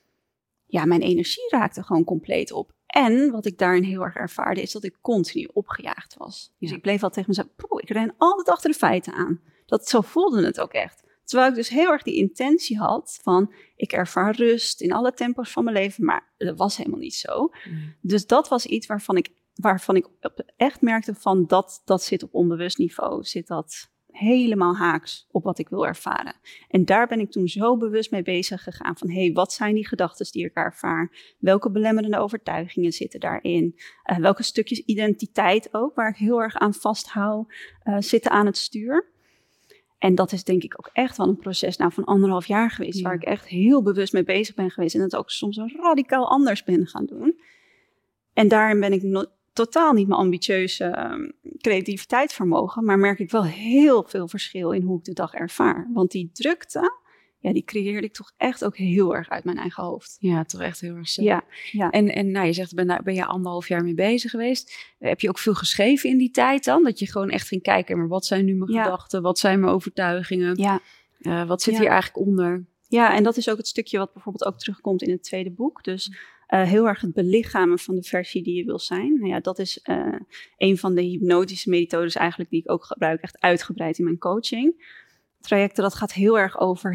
mijn energie raakte gewoon compleet op. En wat ik daarin heel erg ervaarde, is dat ik continu opgejaagd was. Dus ik bleef altijd tegen mezelf, ik ren altijd achter de feiten aan. Zo voelde het ook echt. Terwijl ik dus heel erg die intentie had van, ik ervaar rust in alle tempo's van mijn leven, maar dat was helemaal niet zo. Dus dat was iets waarvan ik echt merkte van, dat zit op onbewust niveau, zit dat helemaal haaks op wat ik wil ervaren. En daar ben ik toen zo bewust mee bezig gegaan van, wat zijn die gedachten die ik ervaar? Welke belemmerende overtuigingen zitten daarin? Welke stukjes identiteit ook, waar ik heel erg aan vasthoud, zitten aan het stuur? En dat is denk ik ook echt wel een proces van 1,5 jaar geweest, waar ik echt heel bewust mee bezig ben geweest en het ook soms radicaal anders ben gaan doen. En daarin ben ik totaal niet mijn ambitieuze creativiteitsvermogen, maar merk ik wel heel veel verschil in hoe ik de dag ervaar. Want die drukte, die creëerde ik toch echt ook heel erg uit mijn eigen hoofd. Ja, toch echt heel erg zo. Ja. En je zegt, ben je 1,5 jaar mee bezig geweest. Heb je ook veel geschreven in die tijd dan? Dat je gewoon echt ging kijken, maar wat zijn nu mijn gedachten? Wat zijn mijn overtuigingen? Ja. Wat zit hier eigenlijk onder? Ja, en dat is ook het stukje wat bijvoorbeeld ook terugkomt in het tweede boek. Dus heel erg het belichamen van de versie die je wil zijn. Dat is een van de hypnotische methodes eigenlijk die ik ook gebruik, echt uitgebreid in mijn coaching. Trajecten, dat gaat heel erg over,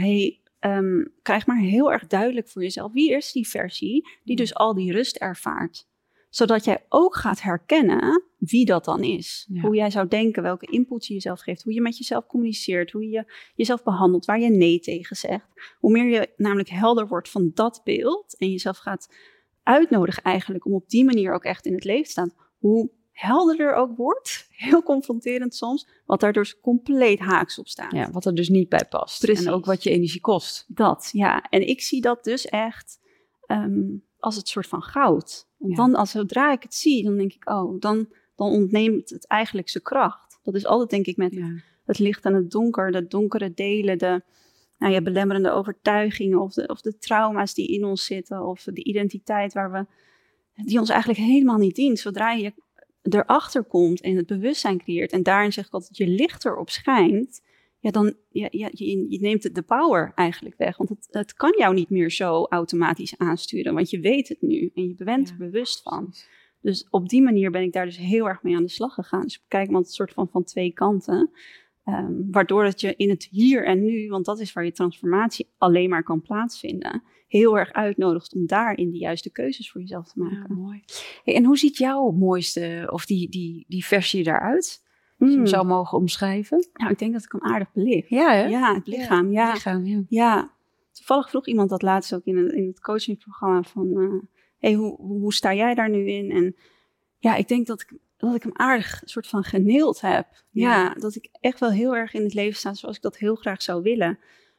krijg maar heel erg duidelijk voor jezelf, wie is die versie die dus al die rust ervaart. Zodat jij ook gaat herkennen wie dat dan is. Ja. Hoe jij zou denken, welke input je jezelf geeft, hoe je met jezelf communiceert, hoe je jezelf behandelt, waar je nee tegen zegt. Hoe meer je namelijk helder wordt van dat beeld en jezelf gaat uitnodigen eigenlijk om op die manier ook echt in het leven te staan, hoe helderder ook wordt, heel confronterend soms, wat daar dus compleet haaks op staat. Ja, wat er dus niet bij past. Precies. En ook wat je energie kost. Dat, ja. En ik zie dat dus echt als het soort van goud. Want dan, zodra ik het zie, dan denk ik, dan dan ontneemt het eigenlijk zijn kracht. Dat is altijd denk ik met het licht en het donker, de donkere delen, de belemmerende overtuigingen of de trauma's die in ons zitten of de identiteit die ons eigenlijk helemaal niet dient. Zodra je erachter komt en het bewustzijn creëert en daarin zeg ik altijd je licht erop schijnt, dan je neemt de power eigenlijk weg. Want het kan jou niet meer zo automatisch aansturen, want je weet het nu en je bent er bewust van. Precies. Dus op die manier ben ik daar dus heel erg mee aan de slag gegaan. Dus ik kijk hem altijd soort van twee kanten. Waardoor het je in het hier en nu, want dat is waar je transformatie alleen maar kan plaatsvinden, heel erg uitnodigt om daarin de juiste keuzes voor jezelf te maken. Ja, mooi. Hey, en hoe ziet jouw mooiste, of die versie eruit? Als je hem zou mogen omschrijven? Nou, ik denk dat ik hem aardig beleef. Ja, hè? Ja, het lichaam. Ja. Het lichaam, ja. Toevallig vroeg iemand dat laatst ook in het coachingprogramma van, hey, hoe sta jij daar nu in? En ja, ik denk dat ik hem aardig soort van geneeld heb. Ja, dat ik echt wel heel erg in het leven sta zoals ik dat heel graag zou willen.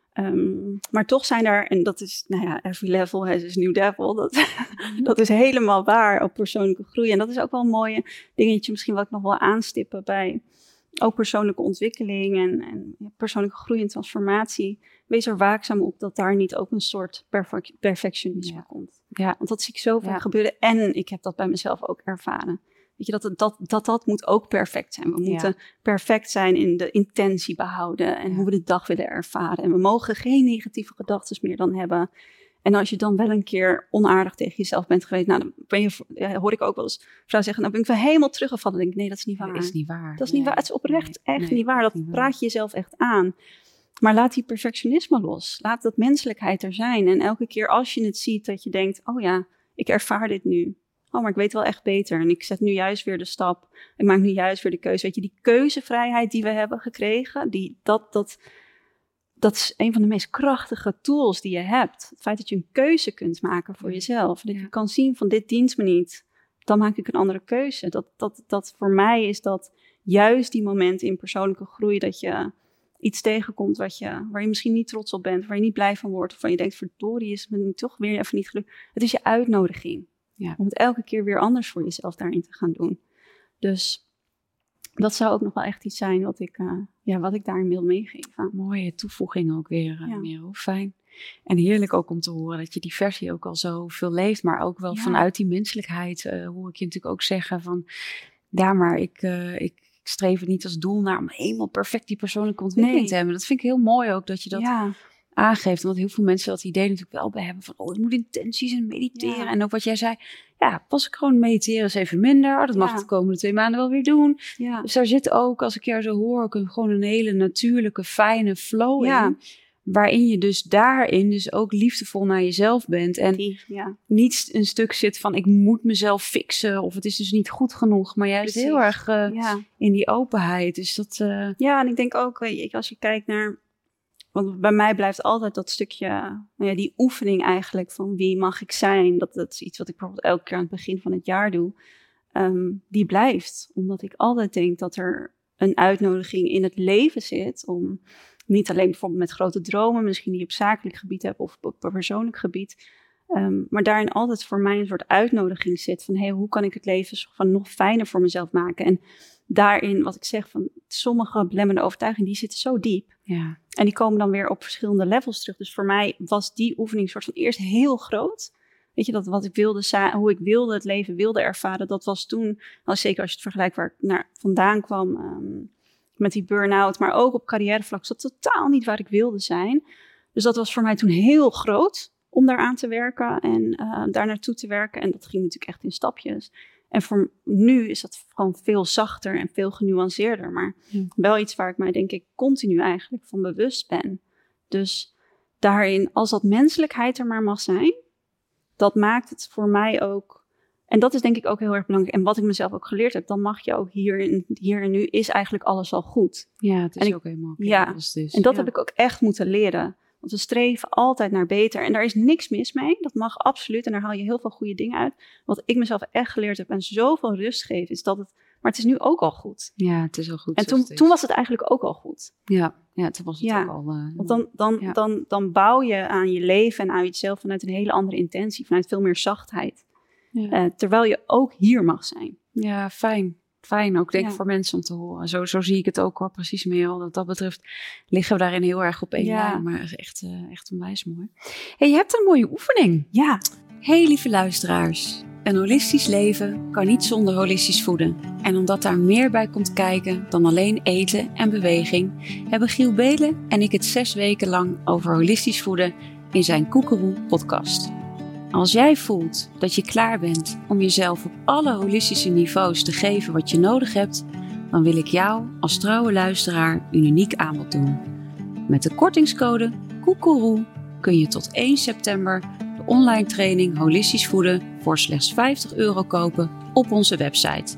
Maar toch zijn er, en dat is, every level has its new devil. Dat is helemaal waar op persoonlijke groei. En dat is ook wel een mooie dingetje misschien wat ik nog wel aanstippen bij ook persoonlijke ontwikkeling en persoonlijke groei en transformatie. Wees er waakzaam op dat daar niet ook een soort perfectionisme komt. Ja. Want dat zie ik zo vaak gebeuren. En ik heb dat bij mezelf ook ervaren. Weet je, dat moet ook perfect zijn. We moeten perfect zijn in de intentie behouden en hoe we de dag willen ervaren. En we mogen geen negatieve gedachten meer dan hebben. En als je dan wel een keer onaardig tegen jezelf bent geweest, dan hoor ik ook wel eens vrouwen zeggen, nou ben ik van helemaal teruggevallen. Dan denk ik, nee, dat is niet waar. Dat is niet waar. Dat is niet waar. Het is oprecht echt niet waar. Dat praat je jezelf echt aan. Maar laat die perfectionisme los. Laat dat menselijkheid er zijn. En elke keer als je het ziet, dat je denkt, oh ja, ik ervaar dit nu. Oh, maar ik weet wel echt beter. En ik zet nu juist weer de stap. Ik maak nu juist weer de keuze. Weet je, die keuzevrijheid die we hebben gekregen, dat is een van de meest krachtige tools die je hebt. Het feit dat je een keuze kunt maken voor jezelf. Dat je kan zien van dit dient me niet. Dan maak ik een andere keuze. Dat voor mij is dat juist die moment in persoonlijke groei dat je iets tegenkomt waar je misschien niet trots op bent, waar je niet blij van wordt, of waar je denkt, verdorie, is me toch weer even niet gelukt. Het is je uitnodiging om het elke keer weer anders voor jezelf daarin te gaan doen. Dus dat zou ook nog wel echt iets zijn wat ik daarin wil meegeven. Mooie toevoeging ook weer, Merel. Fijn. En heerlijk ook om te horen dat je die versie ook al zo veel leeft, maar ook wel vanuit die menselijkheid hoor ik je natuurlijk ook zeggen van, ja, maar ik streef het niet als doel naar om helemaal perfect die persoonlijke ontwikkeling te hebben. Dat vind ik heel mooi ook dat je dat aangeeft. Want heel veel mensen dat idee natuurlijk wel bij hebben van, het moet intenties en mediteren. Ja. En ook wat jij zei, pas ik gewoon mediteren is even minder. Dat mag ik de komende 2 maanden wel weer doen. Ja. Dus daar zit ook, als ik jou zo hoor, ook gewoon een hele natuurlijke, fijne flow in. Waarin je dus daarin dus ook liefdevol naar jezelf bent. En niet een stuk zit van ik moet mezelf fixen. Of het is dus niet goed genoeg. Maar juist heel erg in die openheid. Dus dat, Ja, en ik denk ook, als je kijkt naar, want bij mij blijft altijd dat stukje, die oefening eigenlijk van wie mag ik zijn. Dat is iets wat ik bijvoorbeeld elke keer aan het begin van het jaar doe. Die blijft. Omdat ik altijd denk dat er een uitnodiging in het leven zit om niet alleen bijvoorbeeld met grote dromen, misschien die op zakelijk gebied hebben of op persoonlijk gebied. Maar daarin altijd voor mij een soort uitnodiging zit van, hoe kan ik het leven van nog fijner voor mezelf maken? En daarin, wat ik zeg, van sommige belemmerende overtuigingen, die zitten zo diep. Ja. En die komen dan weer op verschillende levels terug. Dus voor mij was die oefening soort van eerst heel groot. Weet je, dat wat ik wilde, hoe ik wilde het leven wilde ervaren, dat was toen, zeker als je het vergelijkt waar ik vandaan kwam, met die burn-out, maar ook op carrièrevlak, was dat totaal niet waar ik wilde zijn. Dus dat was voor mij toen heel groot om daaraan te werken en daar naartoe te werken. En dat ging natuurlijk echt in stapjes. En voor nu is dat gewoon veel zachter en veel genuanceerder. Maar wel iets waar ik mij denk ik continu eigenlijk van bewust ben. Dus daarin, als dat menselijkheid er maar mag zijn, dat maakt het voor mij ook. En dat is denk ik ook heel erg belangrijk. En wat ik mezelf ook geleerd heb, dan mag je ook hier en nu is eigenlijk alles al goed. Ja, het is ook helemaal oké. Ja, en dat heb ik ook echt moeten leren. Want we streven altijd naar beter. En daar is niks mis mee. Dat mag absoluut. En daar haal je heel veel goede dingen uit. Wat ik mezelf echt geleerd heb en zoveel rust geef, is dat het. Maar het is nu ook al goed. Ja, het is al goed. En toen was het eigenlijk ook al goed. Ja, toen was het ook al. Want dan bouw je aan je leven en aan jezelf vanuit een hele andere intentie. Vanuit veel meer zachtheid. Ja. Terwijl je ook hier mag zijn. Ja, fijn. Fijn ook, denk ik, Ja. voor mensen om te horen. Zo zie ik het ook hoor, precies Merel. Wat dat betreft liggen we daarin heel erg op één lijn. Maar het is echt onwijs mooi. Hey, je hebt een mooie oefening. Ja. Hey lieve luisteraars. Een holistisch leven kan niet zonder holistisch voeden. En omdat daar meer bij komt kijken dan alleen eten en beweging, hebben Giel Belen en ik het 6 weken lang over holistisch voeden in zijn Koekeroe podcast. Als jij voelt dat je klaar bent om jezelf op alle holistische niveaus te geven wat je nodig hebt, dan wil ik jou als trouwe luisteraar een uniek aanbod doen. Met de kortingscode Koekeroe kun je tot 1 september de online training Holistisch Voeden voor slechts €50 kopen op onze website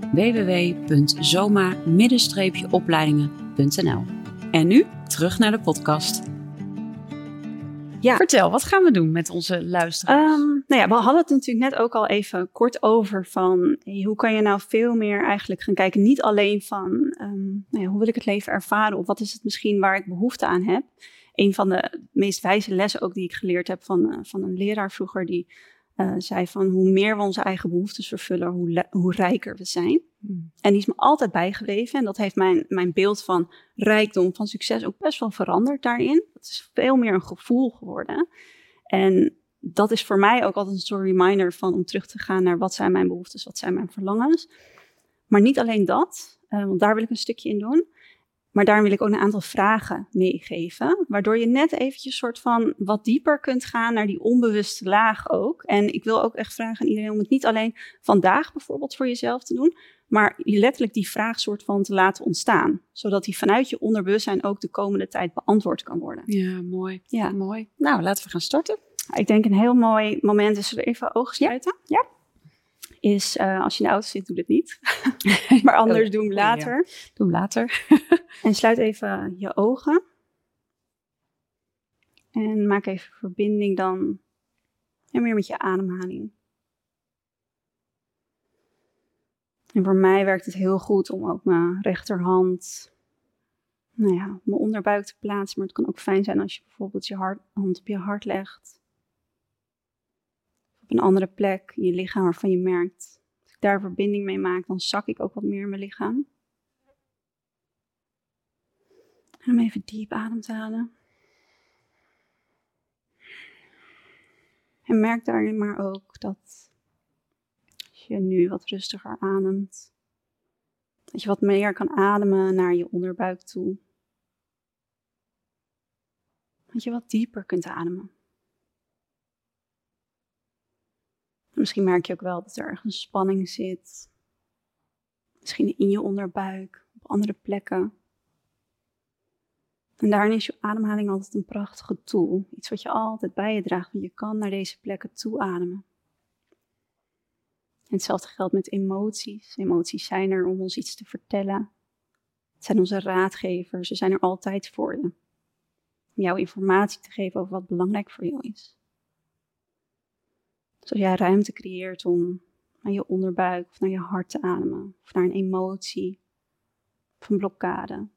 www.zoma-opleidingen.nl. En nu terug naar de podcast. Ja. Vertel, wat gaan we doen met onze luisteraars? We hadden het natuurlijk net ook al even kort over van hoe kan je nou veel meer eigenlijk gaan kijken. Niet alleen van hoe wil ik het leven ervaren of wat is het misschien waar ik behoefte aan heb. Een van de meest wijze lessen ook die ik geleerd heb van een leraar vroeger die zei van hoe meer we onze eigen behoeftes vervullen, hoe rijker we zijn. En die is me altijd bijgebleven en dat heeft mijn beeld van rijkdom, van succes ook best wel veranderd daarin. Het is veel meer een gevoel geworden. En dat is voor mij ook altijd een soort reminder van om terug te gaan naar wat zijn mijn behoeftes, wat zijn mijn verlangens. Maar niet alleen dat, want daar wil ik een stukje in doen. Maar daarom wil ik ook een aantal vragen meegeven, waardoor je net eventjes soort van wat dieper kunt gaan naar die onbewuste laag ook. En ik wil ook echt vragen aan iedereen om het niet alleen vandaag bijvoorbeeld voor jezelf te doen, maar letterlijk die vraag soort van te laten ontstaan. Zodat die vanuit je onderbewustzijn ook de komende tijd beantwoord kan worden. Ja, mooi. Ja, mooi. Nou, laten we gaan starten. Ik denk een heel mooi moment is er even ogen sluiten. Ja. Is als je in de auto zit, doe dit niet. Maar anders doe hem later. Ja. Doe hem later. En sluit even je ogen. En maak even verbinding dan meer met je ademhaling. En voor mij werkt het heel goed om ook mijn rechterhand mijn onderbuik te plaatsen. Maar het kan ook fijn zijn als je bijvoorbeeld je hand op je hart legt. Op een andere plek in je lichaam waarvan je merkt, als ik daar verbinding mee maak, dan zak ik ook wat meer in mijn lichaam. En om even diep adem te halen. En merk daarin maar ook dat als je nu wat rustiger ademt, dat je wat meer kan ademen naar je onderbuik toe. Dat je wat dieper kunt ademen. Misschien merk je ook wel dat er ergens spanning zit. Misschien in je onderbuik, op andere plekken. En daarin is je ademhaling altijd een prachtige tool. Iets wat je altijd bij je draagt, want je kan naar deze plekken toe ademen. En hetzelfde geldt met emoties. Emoties zijn er om ons iets te vertellen. Het zijn onze raadgevers, ze zijn er altijd voor je. Om jou informatie te geven over wat belangrijk voor jou is. Dus als jij ruimte creëert om naar je onderbuik of naar je hart te ademen, of naar een emotie, of een blokkade,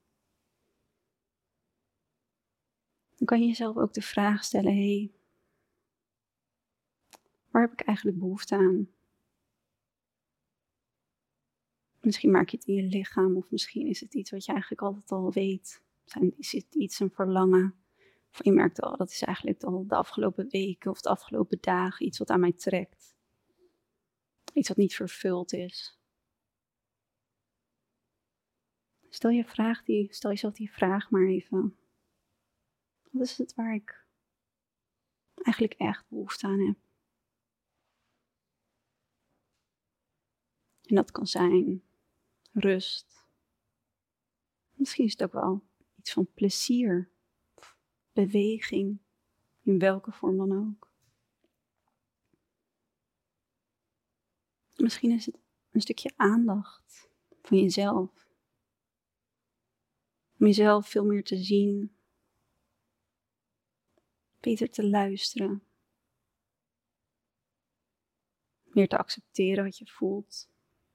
dan kan je jezelf ook de vraag stellen, waar heb ik eigenlijk behoefte aan? Misschien merk je het in je lichaam, of misschien is het iets wat je eigenlijk altijd al weet. Is het iets, een verlangen? Of je merkt al, dat is eigenlijk al de afgelopen weken of de afgelopen dagen iets wat aan mij trekt. Iets wat niet vervuld is. Stel jezelf die vraag maar even. Wat is het waar ik eigenlijk echt behoefte aan heb? En dat kan zijn rust. Misschien is het ook wel iets van plezier. Beweging. In welke vorm dan ook. Misschien is het een stukje aandacht van jezelf. Om jezelf veel meer te zien. Beter te luisteren. Meer te accepteren wat je voelt.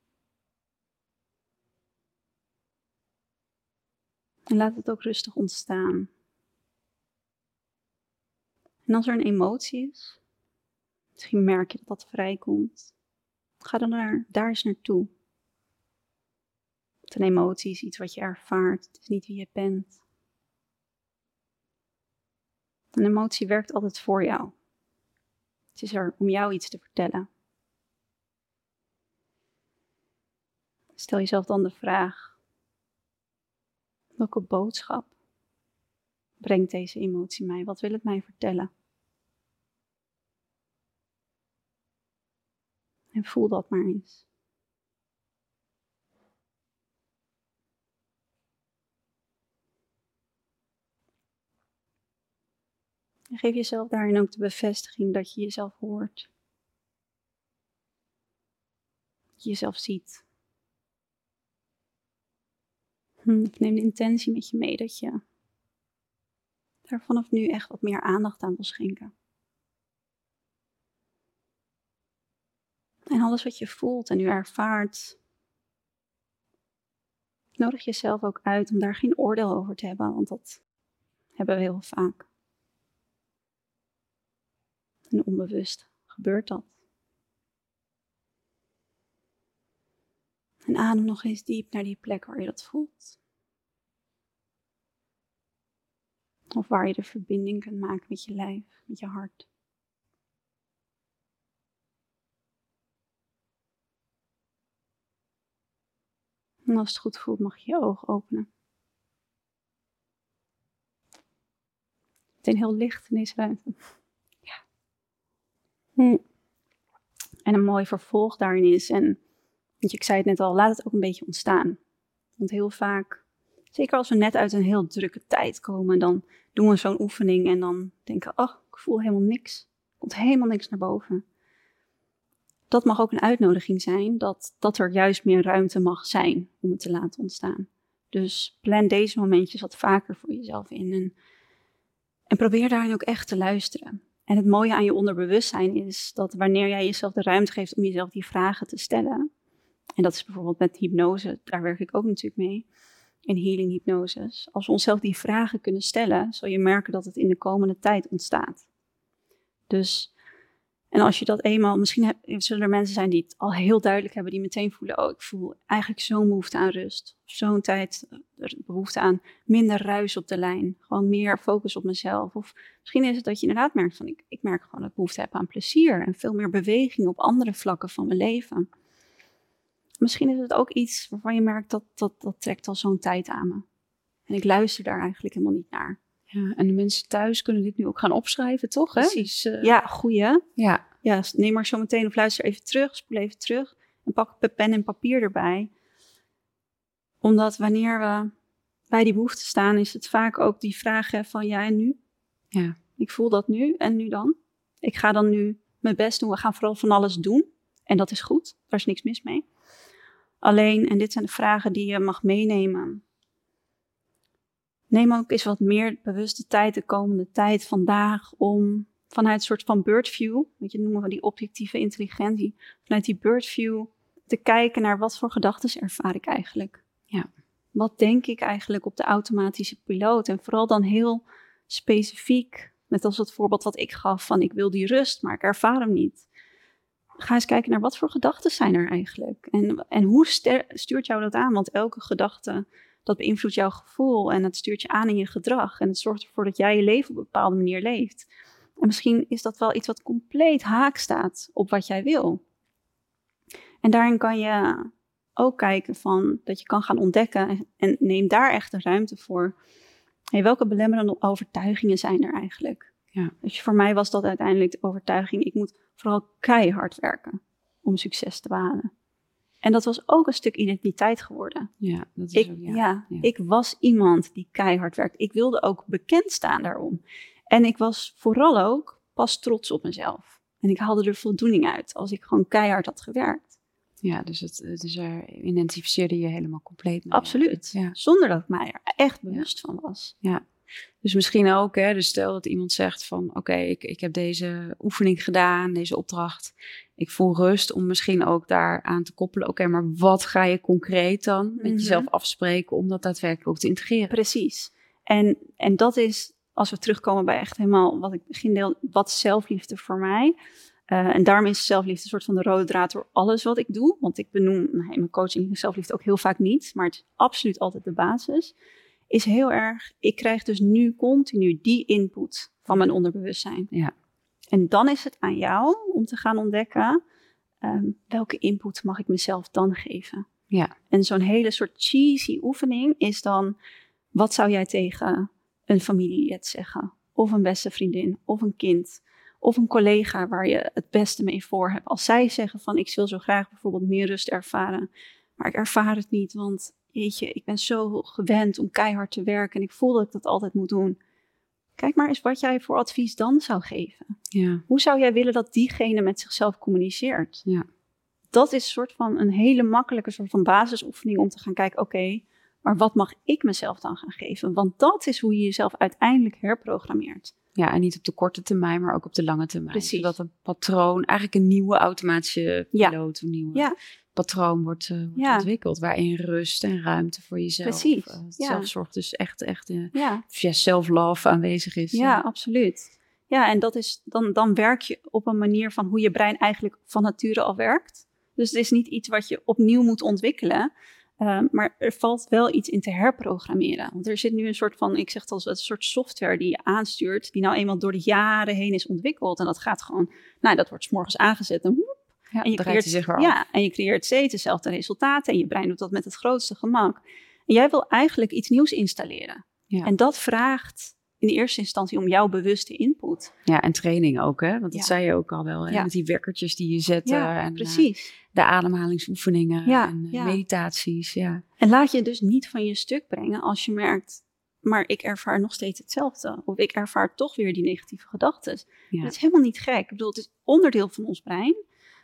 En laat het ook rustig ontstaan. En als er een emotie is, misschien merk je dat dat vrijkomt, ga dan daar eens naartoe. Een emotie is iets wat je ervaart. Het is niet wie je bent. Een emotie werkt altijd voor jou. Het is er om jou iets te vertellen. Stel jezelf dan de vraag: welke boodschap brengt deze emotie mij? Wat wil het mij vertellen? En voel dat maar eens. En geef jezelf daarin ook de bevestiging dat je jezelf hoort. Dat je jezelf ziet. Of neem de intentie met je mee dat je daar vanaf nu echt wat meer aandacht aan wil schenken. En alles wat je voelt en nu ervaart, nodig jezelf ook uit om daar geen oordeel over te hebben, want dat hebben we heel vaak. En onbewust gebeurt dat. En adem nog eens diep naar die plek waar je dat voelt. Of waar je de verbinding kunt maken met je lijf, met je hart. En als het goed voelt mag je je ogen openen. Meteen heel licht in deze ruimte. Ja. En een mooi vervolg daarin is, want ik zei het net al, laat het ook een beetje ontstaan. Want heel vaak, zeker als we net uit een heel drukke tijd komen, dan doen we zo'n oefening en dan denken we, ik voel helemaal niks. Er komt helemaal niks naar boven. Dat mag ook een uitnodiging zijn, dat er juist meer ruimte mag zijn om het te laten ontstaan. Dus plan deze momentjes wat vaker voor jezelf in en probeer daarin ook echt te luisteren. En het mooie aan je onderbewustzijn is dat wanneer jij jezelf de ruimte geeft om jezelf die vragen te stellen, en dat is bijvoorbeeld met hypnose, daar werk ik ook natuurlijk mee, in healing hypnoses. Als we onszelf die vragen kunnen stellen, zul je merken dat het in de komende tijd ontstaat. Dus, en als je dat eenmaal, misschien zullen er mensen zijn die het al heel duidelijk hebben, die meteen voelen, ik voel eigenlijk zo'n behoefte aan rust. Zo'n tijd, behoefte aan minder ruis op de lijn. Gewoon meer focus op mezelf. Of misschien is het dat je inderdaad merkt van, ik merk gewoon dat ik behoefte heb aan plezier. En veel meer beweging op andere vlakken van mijn leven. Misschien is het ook iets waarvan je merkt dat trekt al zo'n tijd aan me. En ik luister daar eigenlijk helemaal niet naar. Ja, en de mensen thuis kunnen dit nu ook gaan opschrijven, toch? Hè? Precies. Dus, ja, goeie. Ja. Ja, neem maar zo meteen of luister even terug, spoel even terug. En pak pen en papier erbij. Omdat wanneer we bij die behoefte staan, is het vaak ook die vraag van ja en nu? Ja. Ik voel dat nu en nu dan? Ik ga dan nu mijn best doen. We gaan vooral van alles doen. En dat is goed. Daar is niks mis mee. Alleen, en dit zijn de vragen die je mag meenemen. Neem ook eens wat meer bewuste tijd de komende tijd vandaag om vanuit een soort van birdview, weet je, noemen we die objectieve intelligentie, vanuit die birdview te kijken naar wat voor gedachten ervaar ik eigenlijk. Ja. Wat denk ik eigenlijk op de automatische piloot? En vooral dan heel specifiek, net als het voorbeeld wat ik gaf van ik wil die rust, maar ik ervaar hem niet. Ga eens kijken naar wat voor gedachten zijn er eigenlijk. En hoe stuurt jou dat aan? Want elke gedachte, dat beïnvloedt jouw gevoel en het stuurt je aan in je gedrag. En het zorgt ervoor dat jij je leven op een bepaalde manier leeft. En misschien is dat wel iets wat compleet haak staat op wat jij wil. En daarin kan je ook kijken van dat je kan gaan ontdekken en neem daar echt de ruimte voor. Welke belemmerende overtuigingen zijn er eigenlijk? Ja. Dus voor mij was dat uiteindelijk de overtuiging, ik moet vooral keihard werken om succes te behalen. En dat was ook een stuk identiteit geworden. Ja, dat is ik was iemand die keihard werkt. Ik wilde ook bekend staan daarom. En ik was vooral ook pas trots op mezelf. En ik haalde er voldoening uit als ik gewoon keihard had gewerkt. Ja, dus daar identificeerde je helemaal compleet mee. Absoluut. Ja. Zonder dat ik mij er echt bewust van was. Ja. Dus misschien ook, dus stel dat iemand zegt van oké, ik heb deze oefening gedaan, deze opdracht. Ik voel rust om misschien ook daaraan te koppelen. Oké, maar wat ga je concreet dan met jezelf afspreken om dat daadwerkelijk ook te integreren? Precies. En dat is, als we terugkomen bij echt helemaal wat ik begin deel, wat zelfliefde voor mij. En daarom is zelfliefde een soort van de rode draad door alles wat ik doe. Want ik benoem in mijn coaching zelfliefde ook heel vaak niet. Maar het is absoluut altijd de basis. Is heel erg, ik krijg dus nu continu die input van mijn onderbewustzijn. Ja. En dan is het aan jou om te gaan ontdekken, welke input mag ik mezelf dan geven? Ja. En zo'n hele soort cheesy oefening is dan, wat zou jij tegen een familielid zeggen? Of een beste vriendin, of een kind, of een collega waar je het beste mee voor hebt. Als zij zeggen van, ik wil zo graag bijvoorbeeld meer rust ervaren, maar ik ervaar het niet, want jeetje, ik ben zo gewend om keihard te werken en ik voel dat ik dat altijd moet doen. Kijk maar eens wat jij voor advies dan zou geven. Ja. Hoe zou jij willen dat diegene met zichzelf communiceert? Ja. Dat is een soort van een hele makkelijke soort van basisoefening om te gaan kijken, oké, maar wat mag ik mezelf dan gaan geven? Want dat is hoe je jezelf uiteindelijk herprogrammeert. Ja, en niet op de korte termijn, maar ook op de lange termijn. Precies. Zodat een patroon, eigenlijk een nieuwe automatische piloot, een nieuwe patroon wordt ontwikkeld. Waarin rust en ruimte voor jezelf. Precies. Zelfzorg dus echt via self-love aanwezig is. Ja, absoluut. Ja, en dat is, dan werk je op een manier van hoe je brein eigenlijk van nature al werkt. Dus het is niet iets wat je opnieuw moet ontwikkelen. Maar er valt wel iets in te herprogrammeren. Want er zit nu een soort van, ik zeg het als een soort software die je aanstuurt, die nou eenmaal door de jaren heen is ontwikkeld. En dat gaat gewoon, dat wordt 's morgens aangezet en woep. Ja, en je creëert zich weer af. Ja, en je creëert steeds dezelfde resultaten. En je brein doet dat met het grootste gemak. En jij wil eigenlijk iets nieuws installeren. Ja. En dat vraagt in eerste instantie om jouw bewuste input. Ja, en training ook, hè? Want dat zei je ook al wel, hè? Met die wekkertjes die je zet. En precies. De ademhalingsoefeningen en meditaties, En laat je dus niet van je stuk brengen als je merkt, maar ik ervaar nog steeds hetzelfde. Of ik ervaar toch weer die negatieve gedachten. Ja. Dat is helemaal niet gek. Ik bedoel, het is onderdeel van ons brein.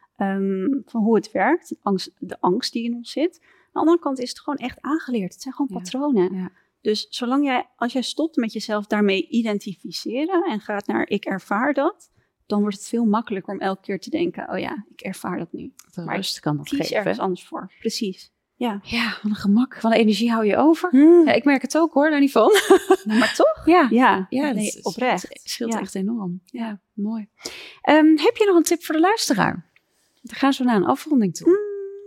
Van hoe het werkt. De angst die in ons zit. Aan de andere kant is het gewoon echt aangeleerd. Het zijn gewoon patronen. Ja. Dus als jij stopt met jezelf daarmee identificeren en gaat naar ik ervaar dat, dan wordt het veel makkelijker om elke keer te denken, oh ja, ik ervaar dat nu. Maar rust kan dat kies geven. Ergens anders voor. Precies. Ja, wat een gemak. Van de energie hou je over. Ja, ik merk het ook hoor, daar niet van. Maar toch? Ja, nee, oprecht. Het scheelt echt enorm. Ja, mooi. Heb je nog een tip voor de luisteraar? Dan gaan we naar een afronding toe.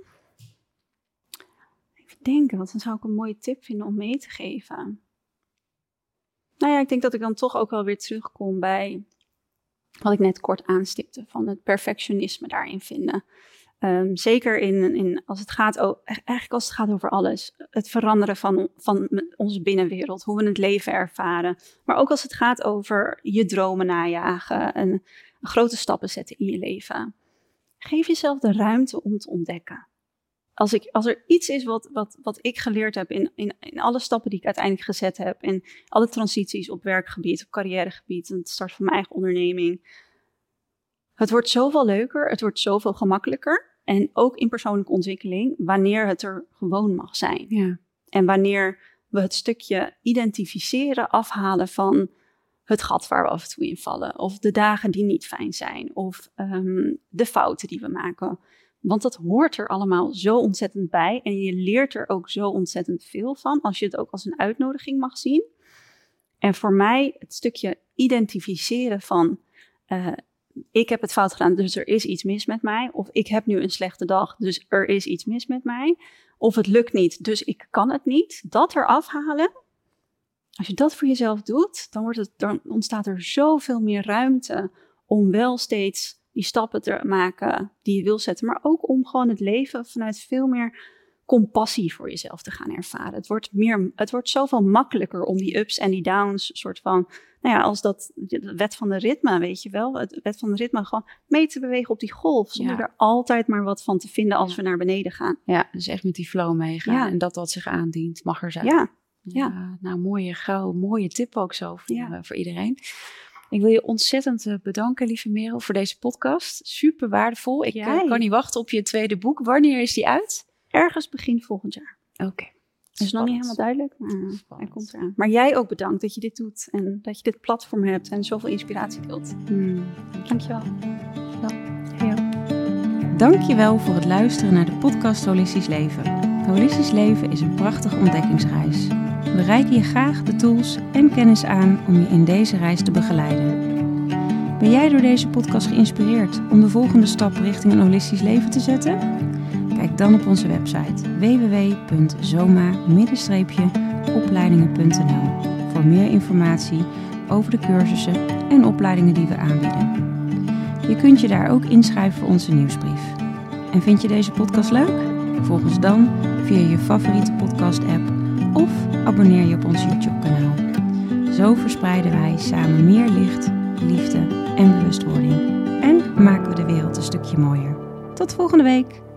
Even denken, wat dan zou ik een mooie tip vinden om mee te geven? Nou ja, ik denk dat ik dan toch ook wel weer terugkom bij wat ik net kort aanstipte, van het perfectionisme daarin vinden. Zeker als het gaat over alles. Het veranderen van onze binnenwereld, hoe we het leven ervaren. Maar ook als het gaat over je dromen najagen en grote stappen zetten in je leven. Geef jezelf de ruimte om te ontdekken. Als er iets is wat ik geleerd heb in alle stappen die ik uiteindelijk gezet heb, in alle transities op werkgebied, op carrièregebied, en het start van mijn eigen onderneming. Het wordt zoveel leuker, het wordt zoveel gemakkelijker. En ook in persoonlijke ontwikkeling, wanneer het er gewoon mag zijn. Ja. En wanneer we het stukje identificeren afhalen van het gat waar we af en toe in vallen. Of de dagen die niet fijn zijn. Of de fouten die we maken. Want dat hoort er allemaal zo ontzettend bij. En je leert er ook zo ontzettend veel van. Als je het ook als een uitnodiging mag zien. En voor mij het stukje identificeren van ik heb het fout gedaan, dus er is iets mis met mij. Of ik heb nu een slechte dag, dus er is iets mis met mij. Of het lukt niet, dus ik kan het niet. Dat eraf halen. Als je dat voor jezelf doet, dan ontstaat er zoveel meer ruimte om wel steeds die stappen te maken die je wil zetten. Maar ook om gewoon het leven vanuit veel meer compassie voor jezelf te gaan ervaren. Het wordt zoveel makkelijker om die ups en die downs soort van, als de wet van de ritme, weet je wel. Het wet van de ritme gewoon mee te bewegen op die golf. Zonder er altijd maar wat van te vinden als we naar beneden gaan. Ja, dus echt met die flow meegaan. Ja. En dat wat zich aandient mag er zijn. Ja. Nou, mooie tip ook zo voor iedereen. Ik wil je ontzettend bedanken, lieve Merel, voor deze podcast. Super waardevol. Ik kan niet wachten op je tweede boek. Wanneer is die uit? Ergens begin volgend jaar. Oké. Dat is nog niet helemaal duidelijk, maar hij komt eraan. Maar jij ook bedankt dat je dit doet en dat je dit platform hebt en zoveel inspiratie deelt. Dankjewel. Dankjewel voor het luisteren naar de podcast Holistisch Leven. Holistisch Leven is een prachtige ontdekkingsreis. We reiken je graag de tools en kennis aan om je in deze reis te begeleiden. Ben jij door deze podcast geïnspireerd om de volgende stap richting een holistisch leven te zetten? Kijk dan op onze website www.zoma-opleidingen.nl voor meer informatie over de cursussen en opleidingen die we aanbieden. Je kunt je daar ook inschrijven voor onze nieuwsbrief. En vind je deze podcast leuk? Volg ons dan via je favoriete podcast-app of abonneer je op ons YouTube-kanaal. Zo verspreiden wij samen meer licht, liefde en bewustwording. En maken we de wereld een stukje mooier. Tot volgende week!